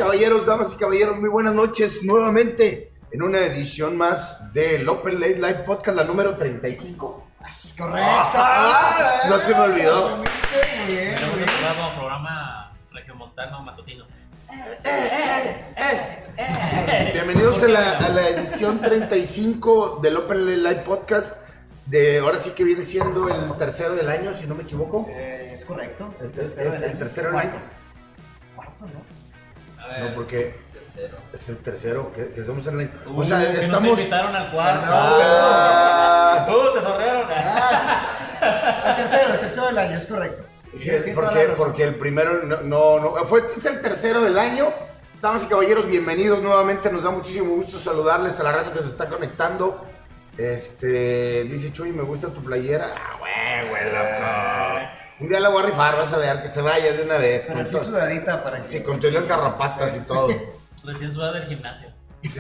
caballeros, damas y caballeros, muy buenas noches nuevamente en una edición más del Open Late Live Podcast, la número 35. Es correcto. No se me olvidó. Muy bien, Tenemos muy el bien. programa regiomontano matutino. Bienvenidos a la edición 35 del Open Late Live Podcast. Ahora sí que viene siendo el tercero del año, si no me equivoco. Es correcto. Es el tercero del año. Cuarto, ¿no? A ver, No, porque tercero. es el tercero que estamos en la... O sea, que no te invitaron al cuarto. Te sordearon. El tercero del año, es correcto. Sí, Tiene toda la razón. porque el primero no fue, este es el tercero del año. Damas y caballeros, bienvenidos nuevamente. Nos da muchísimo gusto saludarles a la raza que se está conectando. Dice Chuy, me gusta tu playera. Loco. Un día la voy a rifar, vas a ver, que se vaya de una vez. Pero con así todo- sudadita para que... Sí, con todas las garrapatas y todo. Recién sudada del gimnasio. Sí.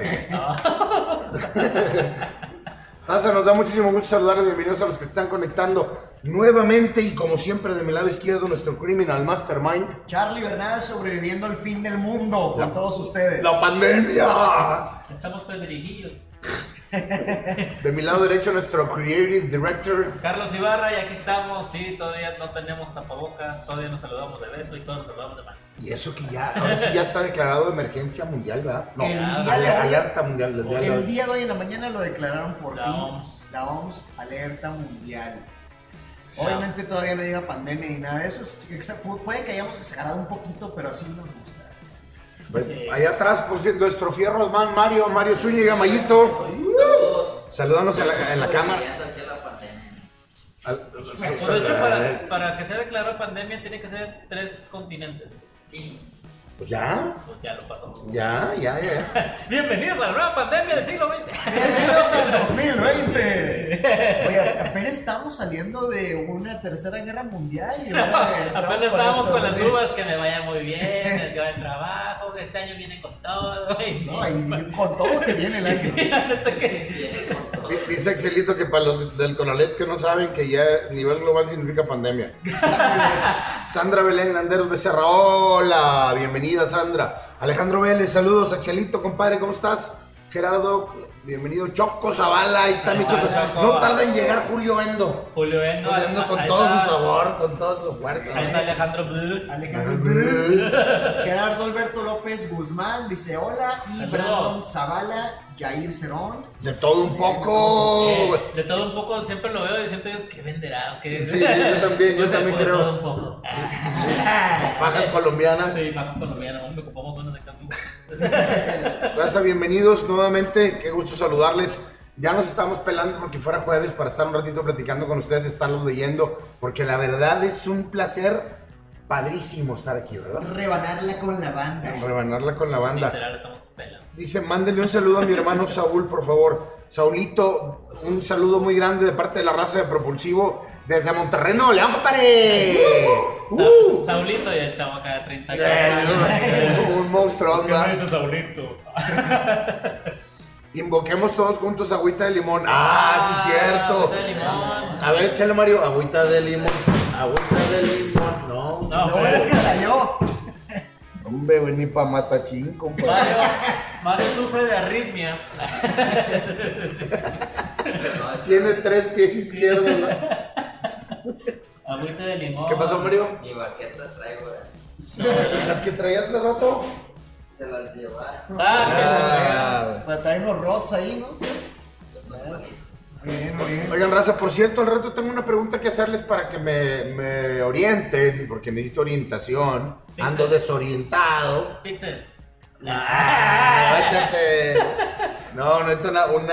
Raza, nos da muchísimo gusto saludarles. Bienvenidos a los que se están conectando nuevamente. Y como siempre, de mi lado izquierdo, nuestro Criminal Mastermind. Charlie Bernal sobreviviendo al fin del mundo con todos ustedes. ¡La pandemia! Estamos pedriguillos. De mi lado derecho, nuestro Creative Director. Carlos Ibarra, y aquí estamos. Sí, todavía no tenemos tapabocas. Todavía nos saludamos de beso y todos nos saludamos de mano. Y eso que ya, ahora sí ya está declarado emergencia mundial, ¿verdad? No, El día de hoy- alerta mundial. El día de hoy en la mañana lo declararon por La fin. OMS. La OMS, alerta mundial. Sí. Obviamente todavía no diga pandemia ni nada de eso. Puede que hayamos exagerado un poquito, pero así nos gusta. Sí. Allá atrás, por cierto, nuestro fierro man Mario Zúñiga, Mayito. Saludos. Salúdanos en la cámara. Sobreviviendo aquí a la pandemia. Pues, de hecho, para que sea declarada pandemia, tiene que ser 3 continentes. Sí. Pues ya, Pues ya lo pasó. ya. Bienvenidos a la nueva pandemia del siglo XX. Bienvenidos al 2020. Oye, apenas estamos saliendo de una tercera guerra mundial. Y ahora entramos Apenas estábamos esto, con las ¿sí? uvas, que me vaya muy bien, que va el trabajo, este año viene con todo. No, y con todo que viene el año. Viene con todo. Dice Excelito que para los del Conalep que no saben que ya nivel global significa pandemia. Sandra Belén Landeros Becerra, hola, bienvenida Sandra. Alejandro Vélez, saludos. Excelito, compadre, ¿cómo estás? Gerardo, bienvenido. Choco Zavala, ahí está mi Choco. No tarda en llegar Julio Endo. Julio Endo. Julio Endo con ahí todo está. su sabor, con toda su fuerza. Ahí está Alejandro Blue. Alejandro Gerardo Alberto López Guzmán dice hola. Y Saludos. Brandon Zavala, Jair Cerón. De todo un poco. De todo un poco, siempre lo veo y siempre digo, ¿qué venderá? ¿Qué? Sí, yo también Pues, creo. De todo un poco. Fajas colombianas. Sí, fajas colombianas, hombre, ocupamos unas de cambio. Raza, bienvenidos nuevamente, qué gusto saludarles. Ya nos estamos pelando porque fuera jueves para estar un ratito platicando con ustedes, estarlos leyendo, porque la verdad es un placer padrísimo estar aquí, ¿verdad? Rebanarla con la banda. Rebanarla con la banda. Literal, estamos pelando. Dice, mándenle un saludo a mi hermano Saúl, por favor. Saulito, un saludo muy grande de parte de la raza de Propulsivo desde Monterrey, Nuevo León, compadre. Saulito y el chavo acá de 30 Un monstruo, ¿Qué me ¿verdad? dice Saulito? Invoquemos todos juntos agüita de limón. Ah, sí, cierto. Agüita de limón. A ver, échale, Mario. Agüita de limón. Agüita de limón. No. No, Lo bueno es que salió. Hombre, güey, ni pa' matachín, compadre. Mario sufre de arritmia. No, Tiene 3 pies izquierdos, ¿no? Agüita de limón. ¿Qué pasó, Mario? Ni baquetas traigo, Las que traías hace rato. se las llevaron. Ah, Para traer unos rods ahí, ¿no? Unos bonitos. Muy bien, muy bien. Oigan, raza, por cierto, al rato tengo una pregunta que hacerles para que me orienten, porque necesito orientación. Ando desorientado. Pixel. Échate. No, necesito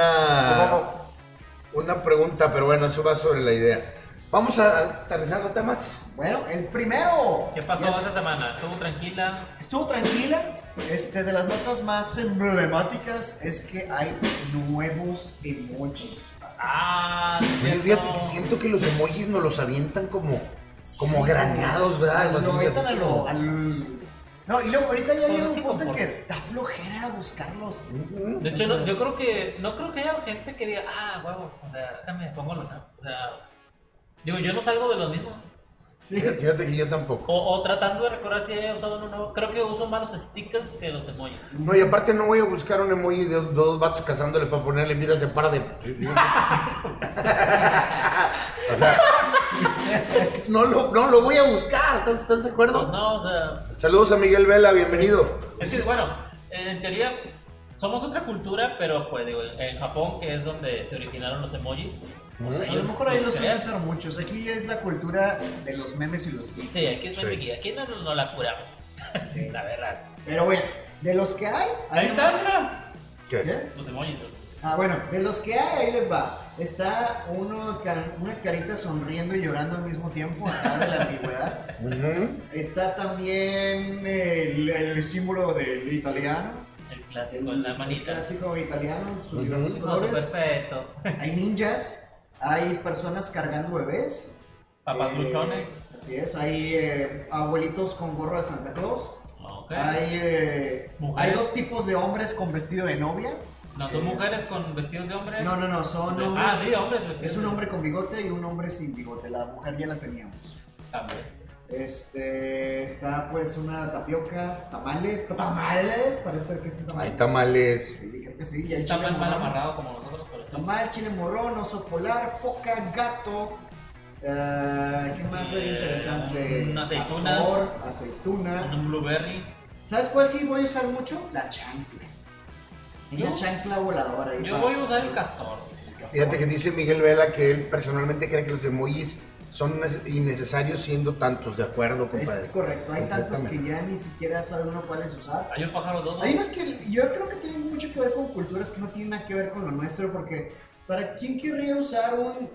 una pregunta, pero bueno, eso va sobre la idea. Vamos a aterrizando temas. Bueno, el primero. ¿Qué pasó esta semana? ¿Estuvo tranquila? Estuvo tranquila. De las notas más emblemáticas es que hay nuevos emojis. Ah, Oye, fíjate que siento que los emojis nos los avientan como graneados, ¿verdad? Lo Así, metan así al... como- No, y luego ahorita ya Pues llega es un que punto en conforme- que da flojera buscarlos. de hecho, no, yo creo que no creo que haya gente que diga, huevo, o sea, déjame, pongo una. O sea, digo, yo no salgo de los mismos. Sí. Fíjate que yo tampoco. O tratando de recordar si he usado uno nuevo. Creo que uso más los stickers que los emojis. No, y aparte no voy a buscar un emoji de dos vatos cazándole para ponerle, mira, se para de... O sea, no lo voy a buscar, ¿estás de acuerdo? Pues no, o sea... Saludos a Miguel Vela, bienvenido. Es que, bueno, en teoría somos otra cultura, pero pues digo, en Japón, que es donde se originaron los emojis, o sea, A lo mejor ahí los crean. utilizan muchos. Aquí es la cultura de los memes y los gifs. Sí, aquí es Sí. México, aquí no la curamos. Sí. La verdad. Pero bueno, de los que hay. Ahí está, mira. ¿Qué? Los emojis. Ah, bueno, de los que hay, ahí les va. Está una carita sonriendo y llorando al mismo tiempo, acá de la ambigüedad. Ujú. Está también el símbolo del italiano. El clásico, la manita. Clásico italiano, sus Ujú. diversos Foto colores. perfecto. Hay ninjas, hay personas cargando bebés. Papás Eh, luchones. Así es, hay abuelitos con gorro de Santa Claus. Ok. Hay Mujeres. dos tipos de hombres con vestido de novia. No, son mujeres con vestidos de hombre. No, son hombres. Ah, sí, hombres. Es un hombre con bigote y un hombre sin bigote. La mujer ya la teníamos. También. Está pues una tapioca, tamales, parece ser que es un tamal. Hay tamales. Sí, creo que sí. Y hay Está chile mal morrón. amarrado como nosotros, pero sí. Tamal, chile morrón, oso polar, foca, gato. ¿Qué más hay interesante? Una aceituna. Pastor, aceituna. Un blueberry. ¿Sabes cuál sí voy a usar mucho? La chancla. Una ¿Yo? chancla voladora. ahí Yo para- voy a usar el castor. Fíjate que dice Miguel Vela que él personalmente cree que los emojis son innecesarios siendo tantos, ¿de acuerdo, Es compadre? correcto, hay tantos que Completamente. ya ni siquiera sabe uno cuáles usar. Hay un pájaro dos. Hay unos que yo creo que tienen mucho que ver con culturas que no tienen nada que ver con lo nuestro, porque ¿para quién querría usar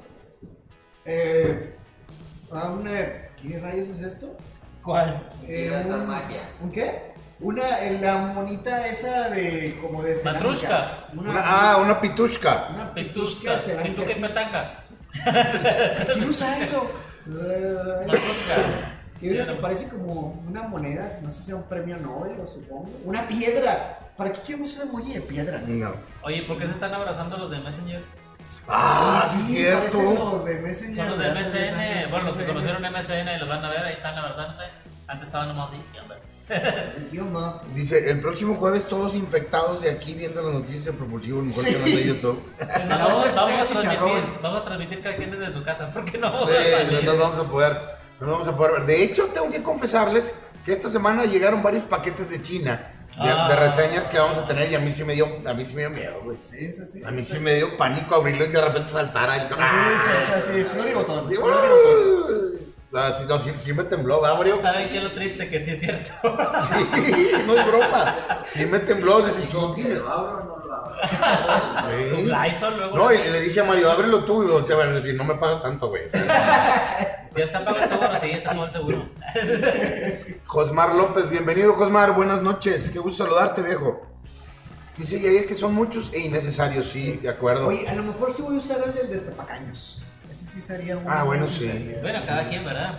¿qué rayos es esto? ¿Cuál? Quiero esa magia. ¿Un qué? La monita esa de como de cerámica. Matrushka. Una pitushka. Una Pitushka. cerámica. Pituca y petanca. ¿Quién usa eso? Matrushka. Que mira, que parece como una moneda, no sé si sea un premio Nobel, lo supongo. Una piedra. ¿Para qué queremos una emoji de piedra? No. Oye, ¿por qué se están abrazando los de Messenger? Ah, sí, parecen cierto. los de Messenger. Son los de de hace 10 MSN. años, Bueno, los que MSN. conocieron MSN y los van a ver, ahí están abrazándose. Antes estaban nomás así. y hombre. Yo no. Dice, el próximo jueves todos infectados de aquí viendo las noticias de Propulsivo, en mejor Sí. canal de YouTube. Pues La vamos, voz vamos a está chicharrón. transmitir, vamos a transmitir cada quien desde su casa, porque no vamos Sí, a no salir. nos vamos a poder, no nos vamos a poder ver. De hecho, tengo que confesarles que esta semana llegaron varios paquetes de China de reseñas que vamos a tener y a mí sí me dio miedo, güey. Sí, sí, sí. A mí sí me dio pánico abrirlo y que de repente saltara el Sí, flor y botón. Sí, Flor y botón. sí me tembló, ¿verdad, Mario? ¿Saben qué es lo triste? Que sí es cierto. Sí, no es broma. Sí me tembló, le dije, ¿Y con qué lo abro o no lo abro? Pues "Sí". Lysol luego. No, y le dije a Mario, ábrelo tú y volteé a ver, le dije, no me pagas tanto, güey. Ya está pagado el seguro, sí, ya está pagado el seguro. Josmar López, bienvenido Josmar, buenas noches, qué gusto saludarte, viejo. Dice Yair que son muchos e innecesarios, sí, de acuerdo. Oye, a lo mejor sí voy a usar el del destapacaños. Ese sí sería un. Bueno, que sí. usaría. Bueno, cada quien, ¿verdad?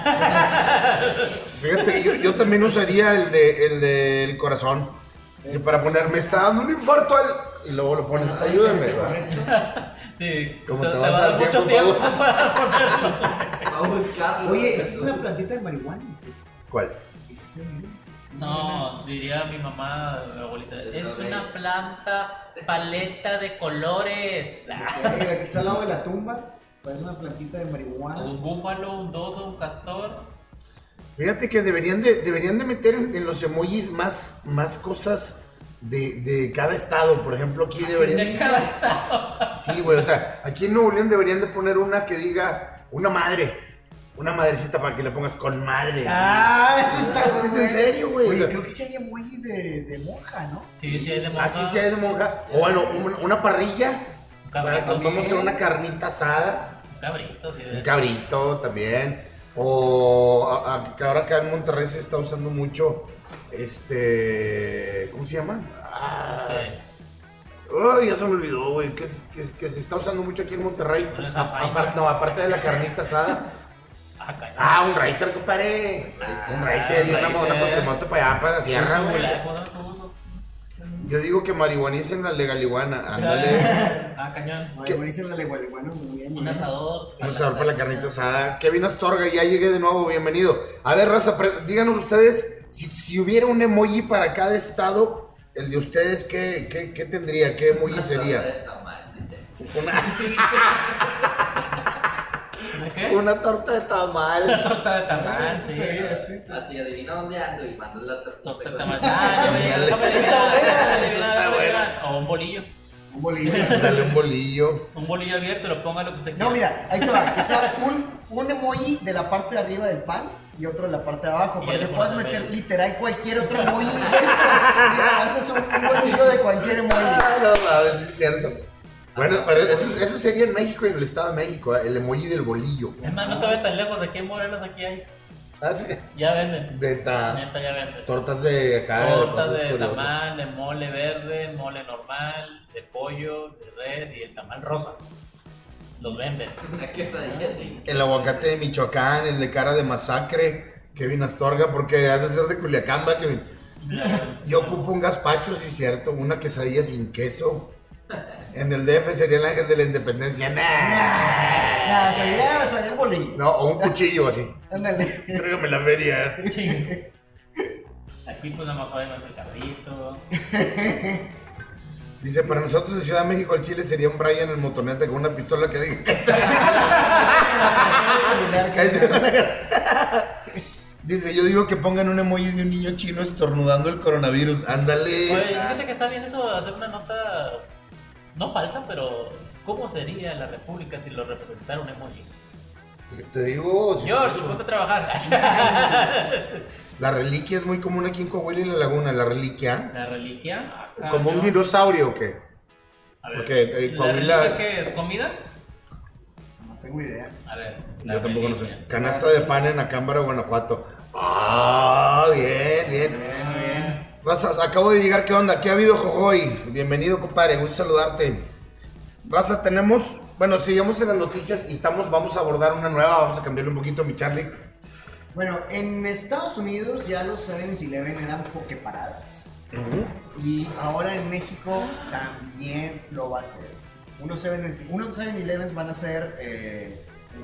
Fíjate, yo también usaría el del corazón. Sí, para poner, me está dando un infarto al... Y luego lo pones, ayúdame. ¿va? Correcto. Sí, Como te te va vas a a dar dar mucho tiempo, tiempo para ponerlo. Va a buscarlo. Oye, esa es una plantita de marihuana. Pues. ¿Cuál? Ese, mira. No, diría mi mamá, mi abuelita, es Ok. una planta paleta de colores. Ok, la que está al lado de la tumba. Pues una plantita de marihuana. Un búfalo, un dodo, un castor. Fíjate que deberían de meter en los emojis más cosas de cada estado. Por ejemplo, aquí deberían... De cada estado. Sí, güey, o sea, aquí en Nuevo León deberían de poner una que diga una madre. Una madrecita para que le pongas con madre. Eso está Es que es en serio, güey. Oye, O sea, creo que sí hay emoji de monja, ¿no? Sí, sí, hay de monja. así sí es de monja. O bueno, una parrilla. Un Para cabrito. que vamos a hacer una carnita asada. Un cabrito, sí. Un cabrito también. O que ahora acá en Monterrey se está usando mucho. ¿Cómo se llama? Ay, ya se me olvidó, güey. Que se está usando mucho aquí en Monterrey. El Alzheimer. Aparte de la carnita asada. Un racer, compadre. Un racer y una racer. cuatrimoto para allá, para la sierra, güey. Yo digo que marihuanicen la legaliguana. Ándale. Cañón. Oye, me dicen la legualiguana, muy bien. Un asador. Vamos a ver para la carnita asada. Kevin Astorga, ya llegué de nuevo, bienvenido. A ver, raza, díganos ustedes, si hubiera un emoji para cada estado, el de ustedes, ¿qué tendría? ¿Qué emoji sería? ¿Qué? Una torta de tamal. Torta de tamal, sí. Así, adivina dónde ando y mando la Torta de torta. tamal. Está buena. O un bolillo. Un bolillo. Dale un bolillo. Un bolillo abierto, lo ponga lo que usted quiera. No, mira, ahí te va. Que sea un emoji de la parte de arriba del pan y otro de la parte de abajo. Y Para ya que le puedas pones meter en medio. literal cualquier otro emoji dentro. Mira, haces un bolillo de cualquier emoji. Ah, no mames, sí es cierto. Bueno, pero eso sería en México y en el Estado de México, el emoji del bolillo. Es más, no te ves tan lejos. Aquí en Morelos, aquí hay. Ah, sí. Ya venden. Neta, Neta, ya venden. tortas de acá. Tortas cosas de curiosas. tamal, de mole verde, mole normal, de pollo, de res y el tamal rosa. Los venden. Una quesadilla así. El aguacate de Michoacán, el de cara de masacre, Kevin Astorga, porque has de ser de Culiacán, ¿va, Kevin? Yo ocupo un gazpacho, sí es cierto, una quesadilla sin queso. En el DF sería el ángel de la independencia. Nada, sería un bolillo. No, o un cuchillo así. Ándale. Tráigame la feria. Aquí pues nada más va el carrito. Dice, para nosotros en Ciudad de México el chile sería un Brian el motonete con una pistola que diga. Dice, yo digo que pongan un emoji de un niño chino estornudando el coronavirus. Ándale. Oye, fíjate que está bien eso, hacer una nota no falsa, pero ¿cómo sería la república si lo representara un emoji? Te digo, sí, George, sí. ponte a trabajar. La reliquia es muy común aquí en Coahuila y la Laguna. La reliquia. La reliquia. Acá, ¿Como un yo- dinosaurio o qué? A ver, Porque, ¿la Coahuila- reliquia qué es? ¿Comida? No tengo idea. A ver. Yo tampoco lo sé. reliquia. Canasta de pan en Acámbaro, Guanajuato. Ah, bien, bien. Bien, bien. Razas, acabo de llegar, ¿qué onda? ¿Qué ha habido, Jojoy? Bienvenido, compadre, gusto saludarte. Raza, tenemos, bueno, sigamos en las noticias y vamos a abordar una nueva, vamos a cambiarle un poquito, mi Charlie. Bueno, en Estados Unidos ya los 7-Eleven eran pokeparadas. Y ahora en México también lo va a hacer. Unos 7-Elevens van a ser,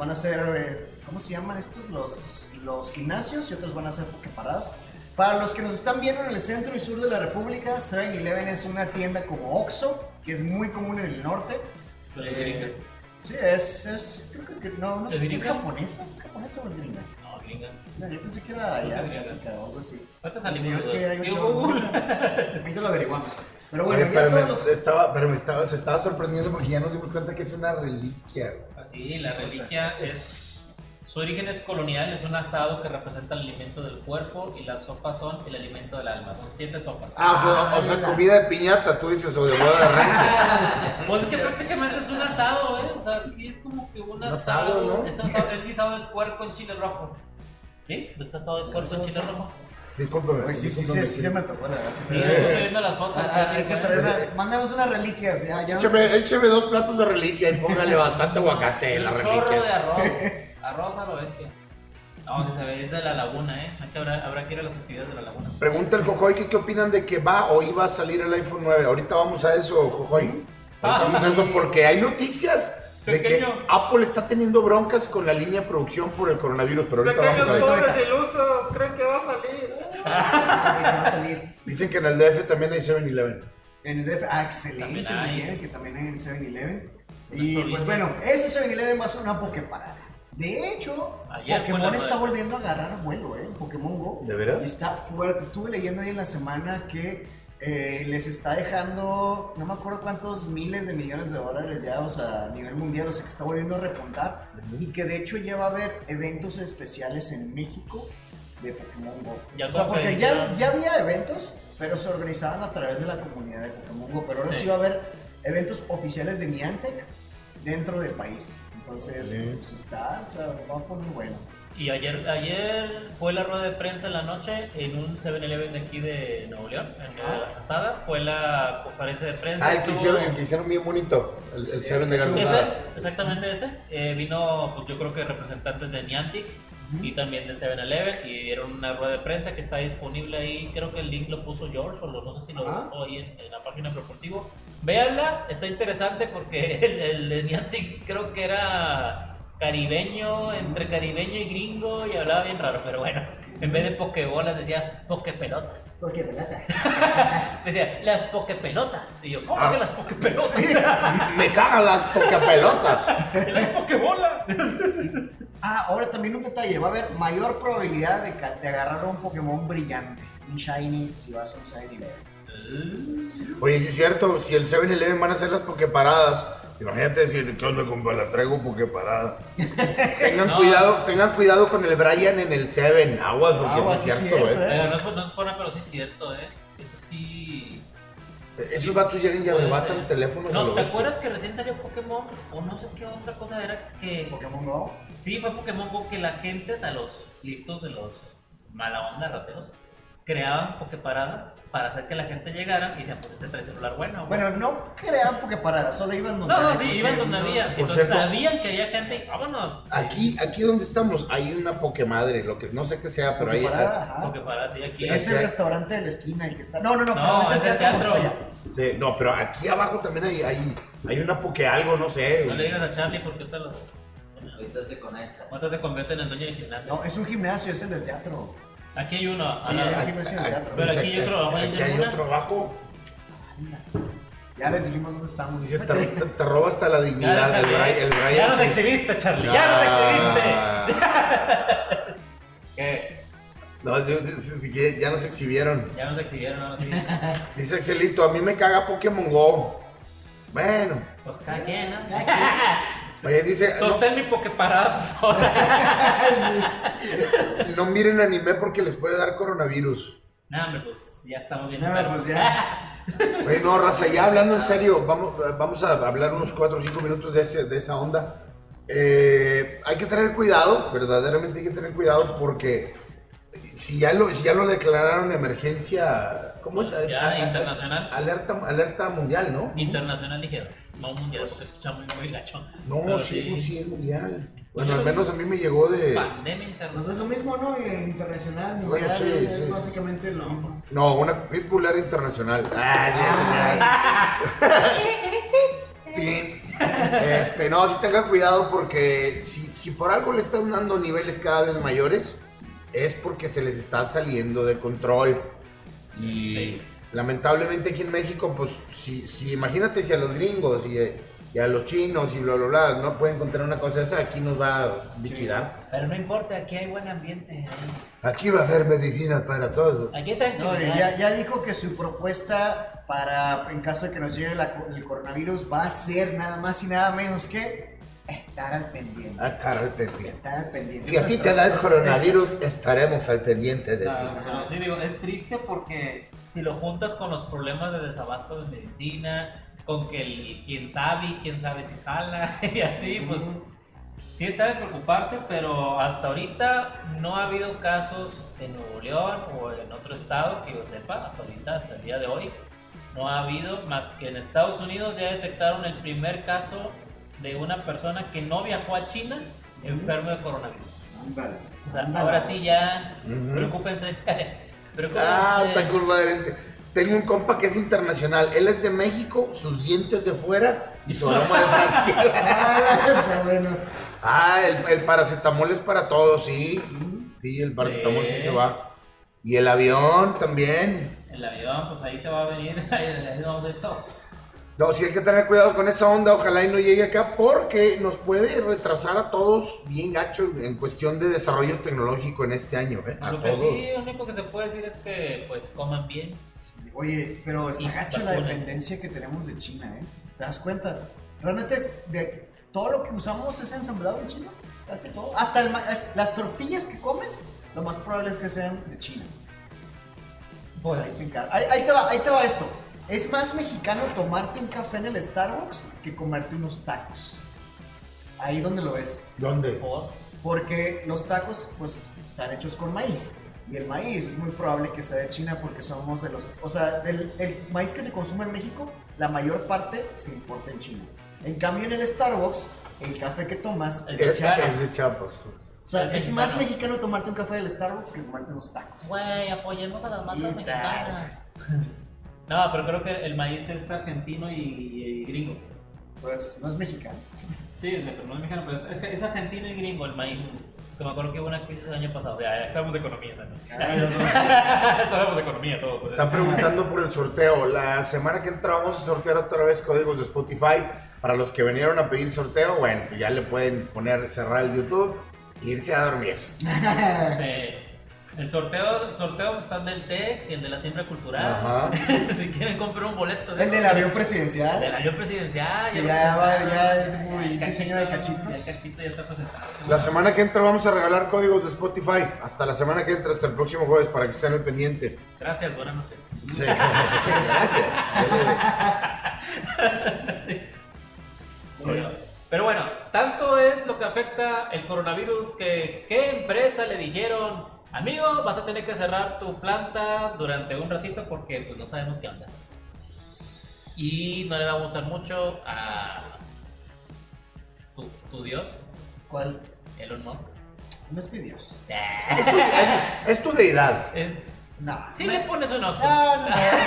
¿cómo se llaman estos? Los gimnasios, y otros van a ser pokeparadas. Para los que nos están viendo en el centro y sur de la República, 7-Eleven es una tienda como Oxxo, que es muy común en el norte. Pero es gringa. Sí, creo que es que, no sé ¿Es si es gringa? japonesa, ¿es japonesa o es gringa? No, gringa. No, yo pensé que era Creo allá, que es gringa. asiática o algo así. Ahorita salimos Digo, los es que dos. hay un Digo, chorro. Google. Ahorita lo averiguamos. Pero bueno, Oye, ya pero todos los... se estaba sorprendiendo porque ya nos dimos cuenta que es una reliquia. Sí, la reliquia es. Su origen es colonial, es un asado que representa el alimento del cuerpo y las sopas son el alimento del alma. Son 7 sopas. O sea, comida de piñata, tú dices, o de boda de rancho. Pues es que prácticamente es un asado, ¿eh? O sea, sí es como que un asado, asado. ¿no? Es guisado de puerco en chile rojo. ¿Sí? Es asado de puerco en chile rojo. Discúlpame. Pues sí se me tocó, la verdad. Sí, estoy viendo las fotos. Hay que traer mándanos unas reliquias, ya. Écheme 2 platos de reliquia y póngale bastante aguacate en la Un chorro de reliquia. arroz. Arroz a lo bestia. No, que se ve, es de la laguna, ¿eh? Habrá que ir a las festividades de la laguna. Pregunta el Jojoy que qué opinan de que va o iba a salir el iPhone 9. Ahorita vamos a eso, Jojoy. Ahorita vamos a eso porque hay noticias de que Pequeño. Apple está teniendo broncas con la línea de producción por el coronavirus, pero ahorita vamos a eso. ilusos, creen que va a salir. Va a salir. Dicen que en el DF también hay 7-Eleven. En el DF, excelente, También muy hay. bien, que también hay en 7-Eleven. Una Y provincia. pues bueno, ese 7-Eleven va a ser una Poképarada. De hecho, Ayer fue Pokémon la está prueba. volviendo a agarrar vuelo, Pokémon Go. ¿De veras? Y está fuerte. Estuve leyendo ahí en la semana que les está dejando, no me acuerdo cuántos miles de millones de dólares ya, o sea, a nivel mundial, o sea, que está volviendo a repuntar. Y que de hecho ya va a haber eventos especiales en México de Pokémon Go. Ya O sea, como que porque dijeron- ya había eventos, pero se organizaban a través de la comunidad de Pokémon Go. Pero ahora sí va a haber eventos oficiales de Niantic dentro del país. Entonces, Sí. pues está, o sea, va a poner bueno. Y ayer fue la rueda de prensa en la noche en un 7-Eleven de aquí de Nuevo León, en la Calzada. Fue la conferencia de prensa. Ah, el que estuvo- hicieron bien bonito. El 7 de Ese, Garzazada. exactamente ese. Vino, pues yo creo que representantes de Niantic, y también de 7-Eleven, y dieron una rueda de prensa que está disponible ahí. Creo que el link lo puso George, o no sé si lo dejó ahí en la página de Proportivo. Véanla, está interesante porque el de Niantic creo que era caribeño, entre caribeño y gringo, y hablaba bien raro, pero bueno, en vez de pokebolas decía pokepelotas. Pokepelota. Decía, las pokepelotas. Y yo, ¿cómo que las pokepelotas? Me cagan las pokepelotas. Las pokebolas. Ahora también un detalle, va a haber mayor probabilidad de agarrar un Pokémon brillante, un Shiny, si vas a un 7-Eleven. Oye, sí es cierto, si el 7-Eleven van a hacer las pokeparadas, imagínate decir, ¿qué onda, compa? La traigo pokeparada. Tengan cuidado con el Brian en el 7, aguas, porque sí es cierto, Pero no es por nada, pero sí es cierto, Eso sí. Esos vatos llegan y arrebatan teléfonos. No, ¿te acuerdas que recién salió Pokémon? O no sé qué otra cosa era que... ¿Pokémon Go? Sí, fue Pokémon Go, que la gente, a los listos de los mala onda rateros, creaban pokeparadas para hacer que la gente llegara y decían, pues este trae celular bueno. Bueno, no creaban Pokeparadas, solo iban donde iban donde había. Entonces sabían que había gente y vámonos. Aquí donde estamos hay una Pokemadre, lo que no sé qué sea, pero ahí Pokeparada, sí, aquí. Es el restaurante de la esquina el que está. No, es el teatro. Sí, no, pero aquí abajo también hay una Poke algo, no sé. No le digas a Charlie porque Ahorita se conecta. ahorita se convierte en el dueño del gimnasio. No, es un gimnasio, es el del teatro. Aquí hay uno. Sí, hay un gimnasio en el teatro. Pero aquí hay otro, aquí hay otro abajo. Ya les dijimos dónde estamos. Dice, te roba hasta la dignidad. El Brian. Ya nos exhibiste, Charlie. Ya nos exhibiste. ¿Qué? No, ya nos exhibieron. Ya nos exhibieron, ahora sí. Dice Axelito, a mí me caga Pokémon Go. Bueno. Pues cada quien, ¿no? Oye, dice... Sostén mi Pokeparada, por favor. No miren anime porque les puede dar coronavirus. No, hombre, pues ya estamos bien. Pues ya. Oye, no, raza, ya hablando en serio, vamos a hablar unos 4 o 5 minutos de esa onda. Hay que tener cuidado, verdaderamente hay que tener cuidado porque si ya lo declararon emergencia, ¿cómo es? Ya, internacional. Alerta mundial, ¿no? Internacional ligero, no mundial, porque escuchamos muy gacho. No, sí es mundial. Bueno, al menos a mí me llegó de... Pandemia internacional. Pues es lo mismo, ¿no? Internacional, mundial, Bueno, sí, es sí. básicamente lo mismo. No, una Pitbull era internacional. No, sí tengan cuidado porque si por algo le están dando niveles cada vez mayores, es porque se les está saliendo de control. Y lamentablemente aquí en México, pues, si imagínate si a los gringos y a los chinos y bla, bla, bla, no pueden encontrar una cosa esa, aquí nos va a liquidar. Sí, pero no importa, aquí hay buen ambiente. Ahí. Aquí va a haber medicinas para todos. Aquí hay tranquilidad. No, ya dijo que su propuesta para, en caso de que nos llegue el coronavirus, va a ser nada más y nada menos que estar al pendiente. Estar al pendiente. Estar al pendiente. Si a ti te da el coronavirus, estaremos al pendiente de ti. Pero sí, digo, es triste porque si lo juntas con los problemas de desabasto de medicina, con que quién sabe si jala y así, pues sí está de preocuparse, pero hasta ahorita no ha habido casos en Nuevo León o en otro estado que yo sepa, hasta ahorita, hasta el día de hoy, no ha habido, más que en Estados Unidos ya detectaron el primer caso de una persona que no viajó a China enfermo de coronavirus. O sea, ahora sí ya, preocúpense. Está cool, madre. Tengo un compa que es internacional. Él es de México, sus dientes de fuera y su aroma de Francia. Está bueno. El paracetamol es para todos, sí. Sí, el paracetamol sí se va. Y el avión también. El avión, pues ahí se va a venir, ahí donde todos. No, sí hay que tener cuidado con esa onda, ojalá y no llegue acá porque nos puede retrasar a todos bien gacho en cuestión de desarrollo tecnológico en este año, a lo que todos. sí, lo único que se puede decir es que pues coman bien. Oye, pero está Y gacho la vacunas. dependencia que tenemos de China, ¿Te das cuenta? Realmente de todo lo que usamos es ensamblado en China, casi todo. Hasta las tortillas que comes, lo más probable es que sean de China. Pues, Ahí te va esto. Es más mexicano tomarte un café en el Starbucks que comerte unos tacos. Ahí donde lo ves. ¿Dónde? Porque los tacos pues están hechos con maíz. Y el maíz es muy probable que sea de China porque somos de los... O sea, el maíz que se consume en México, la mayor parte se importa en China. En cambio en el Starbucks, el café que tomas Es de Chiapas. Es de Chiapas. sea, Es es más mexicano. mexicano tomarte un café del Starbucks que comerte unos tacos. Güey, apoyemos a las marcas Y mexicanas. No, pero creo que el maíz es argentino y gringo. Pues no es mexicano. Sí, pero no es mexicano, pero es argentino y gringo el maíz. Que me acuerdo que hubo una crisis el año pasado. Ya sabemos de economía también. Sabemos de economía todos. Están preguntando por el sorteo. La semana que entra vamos a sortear otra vez códigos de Spotify. Para los que vinieron a pedir sorteo, bueno, pues ya le pueden poner cerrar el YouTube e irse a dormir. Sí. El sorteo están del TEC y el de la siembra cultural. Ajá. Si quieren comprar un boleto. El del avión presidencial. Del avión presidencial. Que lo ya va, presentaron. ya el diseño de cachitos. El cachito ya está presentado. La semana que entra vamos a regalar códigos de Spotify. Hasta la semana que entra, hasta el próximo jueves, para que estén al pendiente. Gracias, buenas noches. Sí, gracias. Sí. Pero bueno, tanto es lo que afecta el coronavirus que ¿qué empresa le dijeron? Amigo, vas a tener que cerrar tu planta durante un ratito porque pues no sabemos qué onda. Y no le va a gustar mucho a tu dios, ¿Cuál? Elon Musk. No es mi Dios. Es tu deidad. No. Si le pones un oxo. No,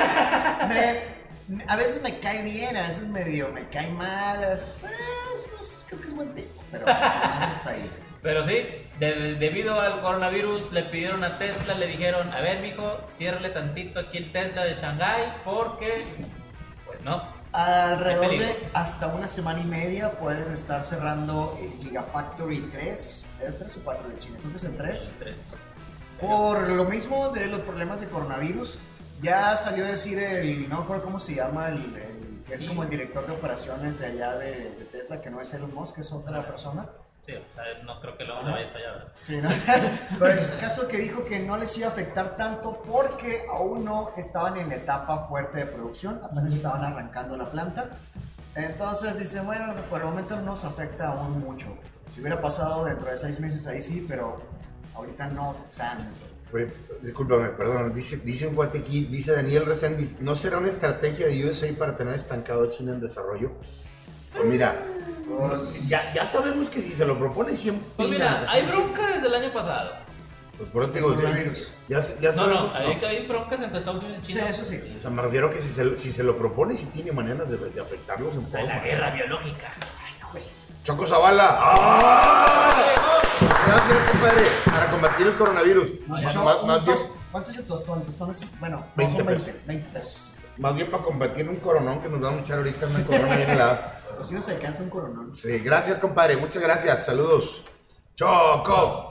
a veces me cae bien, a veces medio me cae mal. Creo que es buen tipo, pero más está ahí. Pero sí, debido al coronavirus le pidieron a Tesla, le dijeron, a ver mijo, ciérrale tantito aquí el Tesla de Shanghái porque, pues no. Alrededor Hay de peligro. hasta una semana y media pueden estar cerrando el Gigafactory 3. ¿El 3 o 4 de China? Creo que es el 3. 3. Por lo mismo de los problemas de coronavirus, ya salió a decir no me acuerdo cómo se llama, que es Sí. como el director de operaciones de allá de Tesla, que no es Elon Musk, que es otra persona. Sí, o sea, no creo que luego se vaya a estallar, ¿verdad? Sí, ¿no? Pero el caso que dijo que no les iba a afectar tanto porque aún no estaban en la etapa fuerte de producción, apenas estaban arrancando la planta. Entonces dice, bueno, por el momento no nos afecta aún mucho. Si hubiera pasado dentro de 6 meses ahí sí, pero ahorita no tanto. Oye, discúlpame, perdón, dice un guate aquí, dice Daniel Reséndiz, ¿no será una estrategia de USA para tener estancado a China en desarrollo? Pues mira, ya sabemos que si se lo propone siempre... Pues mira, hay bronca desde el año pasado. Pues por eso te digo, Coronavirus. ya No, sabemos... hay broncas entre Estados Unidos y Sí, China. eso sí. O sea, me refiero que si se lo propone, si tiene maneras de afectarlos en O sea, forma. la guerra biológica. Pues, Choco Zavala. ¡Ah! Gracias, compadre. Para combatir el coronavirus. ¿Cuánto es el tostón? El tostón es, bueno, 20 son pesos. 20 pesos. Más bien para combatir un coronón que nos vamos a echar ahorita, una corona bien helada. Pues si no se alcanza un coronón. Sí, gracias, compadre. Muchas gracias. Saludos. Choco.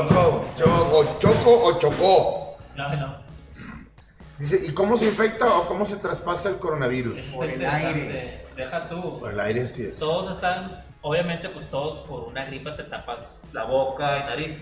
Choco o chocó. No. Dice, ¿y cómo se infecta o cómo se traspasa el coronavirus? Está Por el interesante. aire. Deja tú. Por el aire, así es. Todos están, obviamente, pues todos por una gripa te tapas la boca y nariz.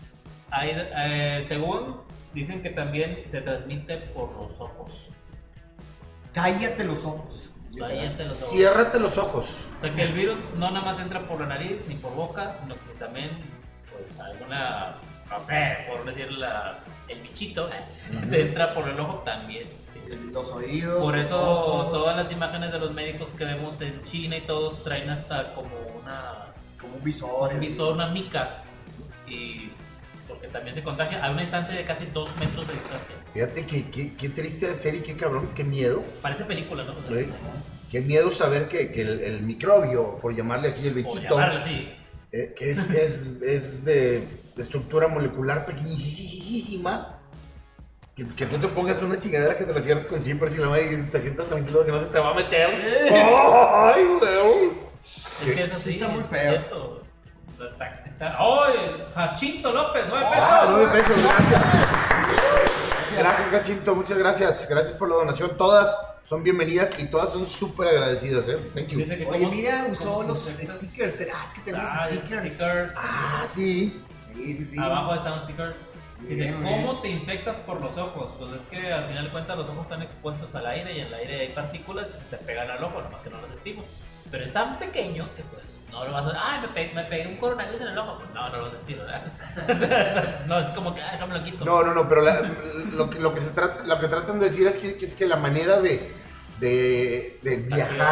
Según dicen que también se transmite por los ojos. Cállate los ojos. Cállate los ojos. Ciérrate los ojos. O sea que el virus no nada más entra por la nariz ni por boca, sino que también, pues alguna, no sé, por decir el bichito, te entra por el ojo también. Los oídos. Por los eso ojos, todas las imágenes de los médicos que vemos en China y todos traen hasta como como un visor. un visor, una mica, y porque también se contagia a una distancia de casi 2 metros de distancia. Fíjate qué triste de ser y qué cabrón, qué miedo. Parece película, ¿no? Sí. Qué miedo saber que el microbio, por llamarle así, el O bichito, llamarlo así. que es de estructura molecular pequeñísima, que tú te pongas una chingadera que te la cierras con zippers y la madre te sientas tranquilo que no se te va a meter. ¡Ay, güey! Es que eso sí, está muy es feo. cierto. Está. ¡Oh! Jachinto López, 9 pesos. ¡Ah, 9 pesos! Gracias. Gracias, Gachito, muchas gracias. Gracias por la donación. Todas son bienvenidas y todas son súper agradecidas, ¿eh? Thank you. Dice que Oye, cómo- mira, usó cómo los infectas- stickers. Es que tenemos stickers. Ah, sí. Sí. Abajo están los stickers. Dice, Bien, ¿cómo bien. te infectas por los ojos? Pues es que al final de cuentas los ojos están expuestos al aire y en el aire hay partículas y se te pegan al ojo, nomás que no lo sentimos. Pero es tan pequeño que pues no lo vas a... ¡Ay, me pegué un coronavirus en el ojo! Pues no lo sentí, ¿verdad? O sea, no, es como que, ¡ay, déjame lo quito! No, pero lo que tratan de decir es que la manera de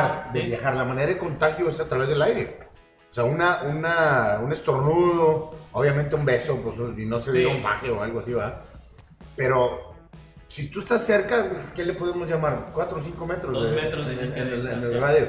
viajar, la manera de contagio es a través del aire. O sea, un estornudo, Obviamente un beso, pues, y no se diga un faje o algo así, ¿va? Pero si tú estás cerca, ¿qué le podemos llamar? 4 o 5 metros. 2 metros de en el distancia. radio.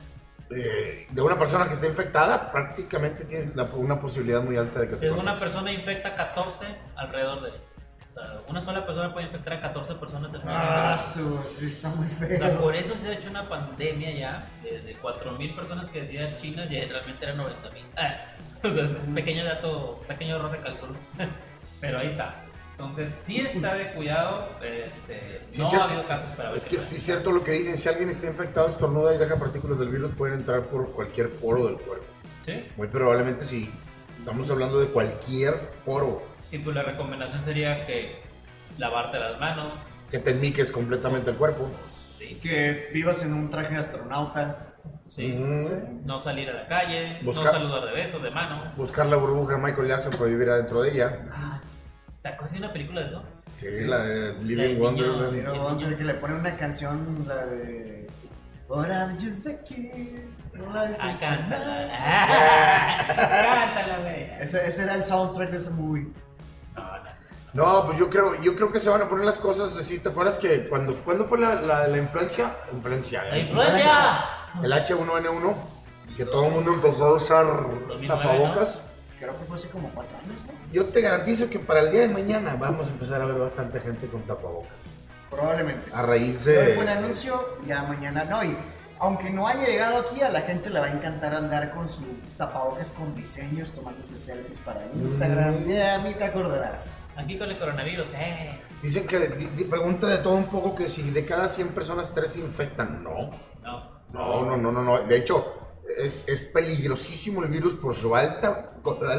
De una persona que está infectada, prácticamente tienes una posibilidad muy alta de que te Si una contagies. persona infecta 14 alrededor de él. O sea, una sola persona puede infectar a 14 personas al mismo tiempo. Está muy O sea, feo. por eso se ha hecho una pandemia ya de 4,000 personas que decía China, ya realmente eran 90,000. O sea, un pequeño dato, pequeño error de cálculo. Pero ahí está. Entonces, sí está de cuidado. Sí, No sí, ha habido casos para ver. Es que sí es cierto lo que dicen, si alguien está infectado, estornuda y deja partículas del virus, pueden entrar por cualquier poro del cuerpo. Sí. Muy probablemente sí. Estamos hablando de cualquier poro. Y pues la recomendación sería que lavarte las manos. Que te enmiques completamente el cuerpo. Sí. Que vivas en un traje de astronauta. Sí. Mm. No salir a la calle. Buscar- No saludar de beso, de mano. Buscar la burbuja de Michael Jackson para vivir adentro de ella. ¿Te acuerdas de una película de eso? Sí, la de La Living del Wonderland. niño. Pero vamos a ver que le ponen una canción, la de But I'm just a kid. Life is a Cántala. night. Cántala, güey. Ese era el soundtrack de ese movie. No, pues yo creo que se van a poner las cosas así. ¿Te acuerdas que cuando fue la influencia? ¡La influencia! El H1N1, que todo el mundo empezó a usar 2009, tapabocas. Creo que fue hace como 4 años, ¿no? Yo te garantizo que para el día de mañana vamos a empezar a ver bastante gente con tapabocas. Probablemente. A raíz Hoy de... fue un anuncio, ya mañana no. Y aunque no haya llegado aquí, a la gente le va a encantar andar con sus tapabocas con diseños, tomándose selfies para Instagram. Ya, a mí te acordarás. Aquí con el coronavirus, Dicen que pregunta de todo un poco que si de cada 100 personas 3 se infectan. No. No. De hecho, es peligrosísimo el virus por su alta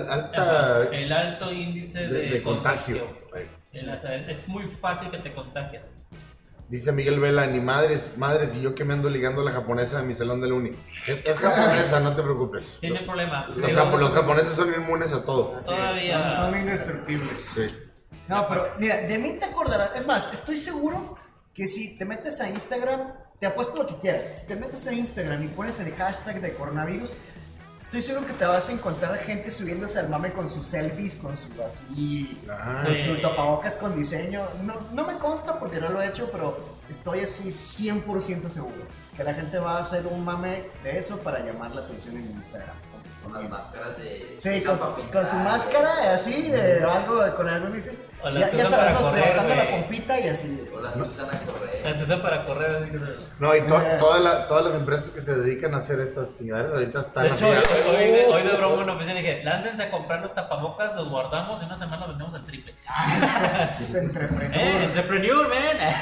El alto índice de contagio. Es muy fácil que te contagies. Dice Miguel Vela, ni madres, y yo que me ando ligando a la japonesa de mi salón de la uni. Es japonesa, no te preocupes. Sí, no hay problema. Los japoneses son inmunes a todo. Todavía. Son indestructibles. Sí. No, pero mira, de mí te acordarás. Es más, estoy seguro que si te metes a Instagram, te apuesto lo que quieras. Si te metes a Instagram y pones el hashtag de coronavirus, estoy seguro que te vas a encontrar gente subiéndose al mame con sus selfies, con su así, con Sí. su tapabocas con diseño. No me consta porque no lo he hecho, pero estoy así 100% seguro que la gente va a hacer un mame de eso para llamar la atención en Instagram. Con las máscaras de... Sí, usan con pa' pintar, su máscara así, de algo, con algo dice. O las que Ya usan sabes, para ¿no? correr, Levantando la güey. pompita y así. O las que usan a correr. Las que usan para correr. Así que... No, y todas las empresas que se dedican a hacer esas chingaderas ahorita están De hecho, así. hoy de broma una oficina dije, láncense a comprar los tapabocas, los guardamos y una semana los vendemos al triple. Es entrepreneur. Entrepreneur,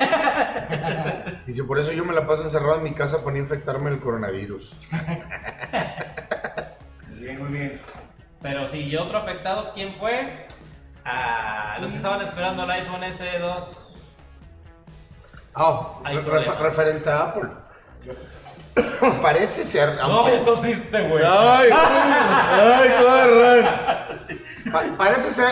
man. Dice, por eso yo me la paso encerrado en mi casa para no infectarme el coronavirus. Muy bien. Pero sí, y otro afectado, ¿quién fue? Los que estaban esperando el iPhone SE2. Hay problemas. Referente a Apple. Parece ser. No, aunque- me tosiste, güey. ¡Ay, corran! Parece ser.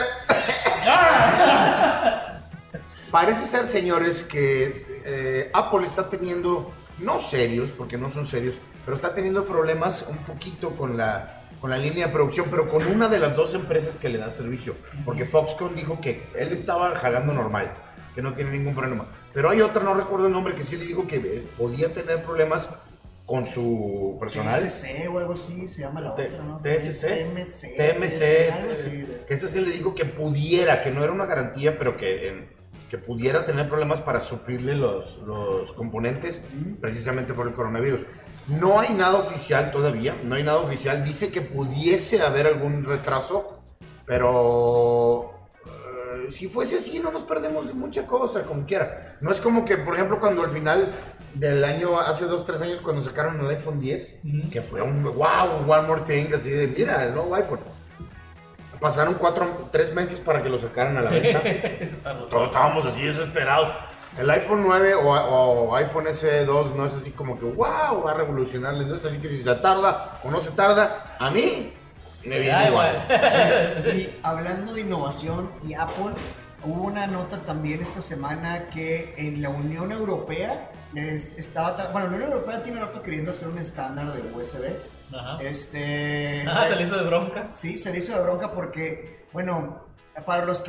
Parece ser, señores, que Apple está teniendo, no serios, porque no son serios, pero está teniendo problemas un poquito con la línea de producción, pero con una de las 2 empresas que le da servicio. Porque Foxconn dijo que él estaba jalando normal, que no tiene ningún problema. Pero hay otra, no recuerdo el nombre, que sí le dijo que podía tener problemas con su personal. TSC o algo así, se llama la otra, ¿no? TSC, TMC, algo así. que ese sí le dijo que pudiera, que no era una garantía, pero que pudiera tener problemas para suplirle los componentes precisamente por el coronavirus. No hay nada oficial todavía, no hay nada oficial. Dice que pudiese haber algún retraso, pero si fuese así no nos perdemos de mucha cosa, como quiera. No es como que, por ejemplo, cuando al final del año, hace 2-3 años, cuando sacaron el iPhone 10, que fue un wow, one more thing, así de, mira, el nuevo iPhone. Pasaron 3 meses para que lo sacaran a la venta. Todos estábamos así desesperados. El iPhone 9 o iPhone SE2 no es así como que wow, va a revolucionar la industria. Así que si se tarda o no se tarda, a mí me viene igual. Y hablando de innovación y Apple, hubo una nota también esta semana que en la Unión Europea la Unión Europea tiene rato queriendo hacer un estándar de USB Ajá. Se le hizo de bronca. Sí, se le hizo de bronca porque, bueno, para los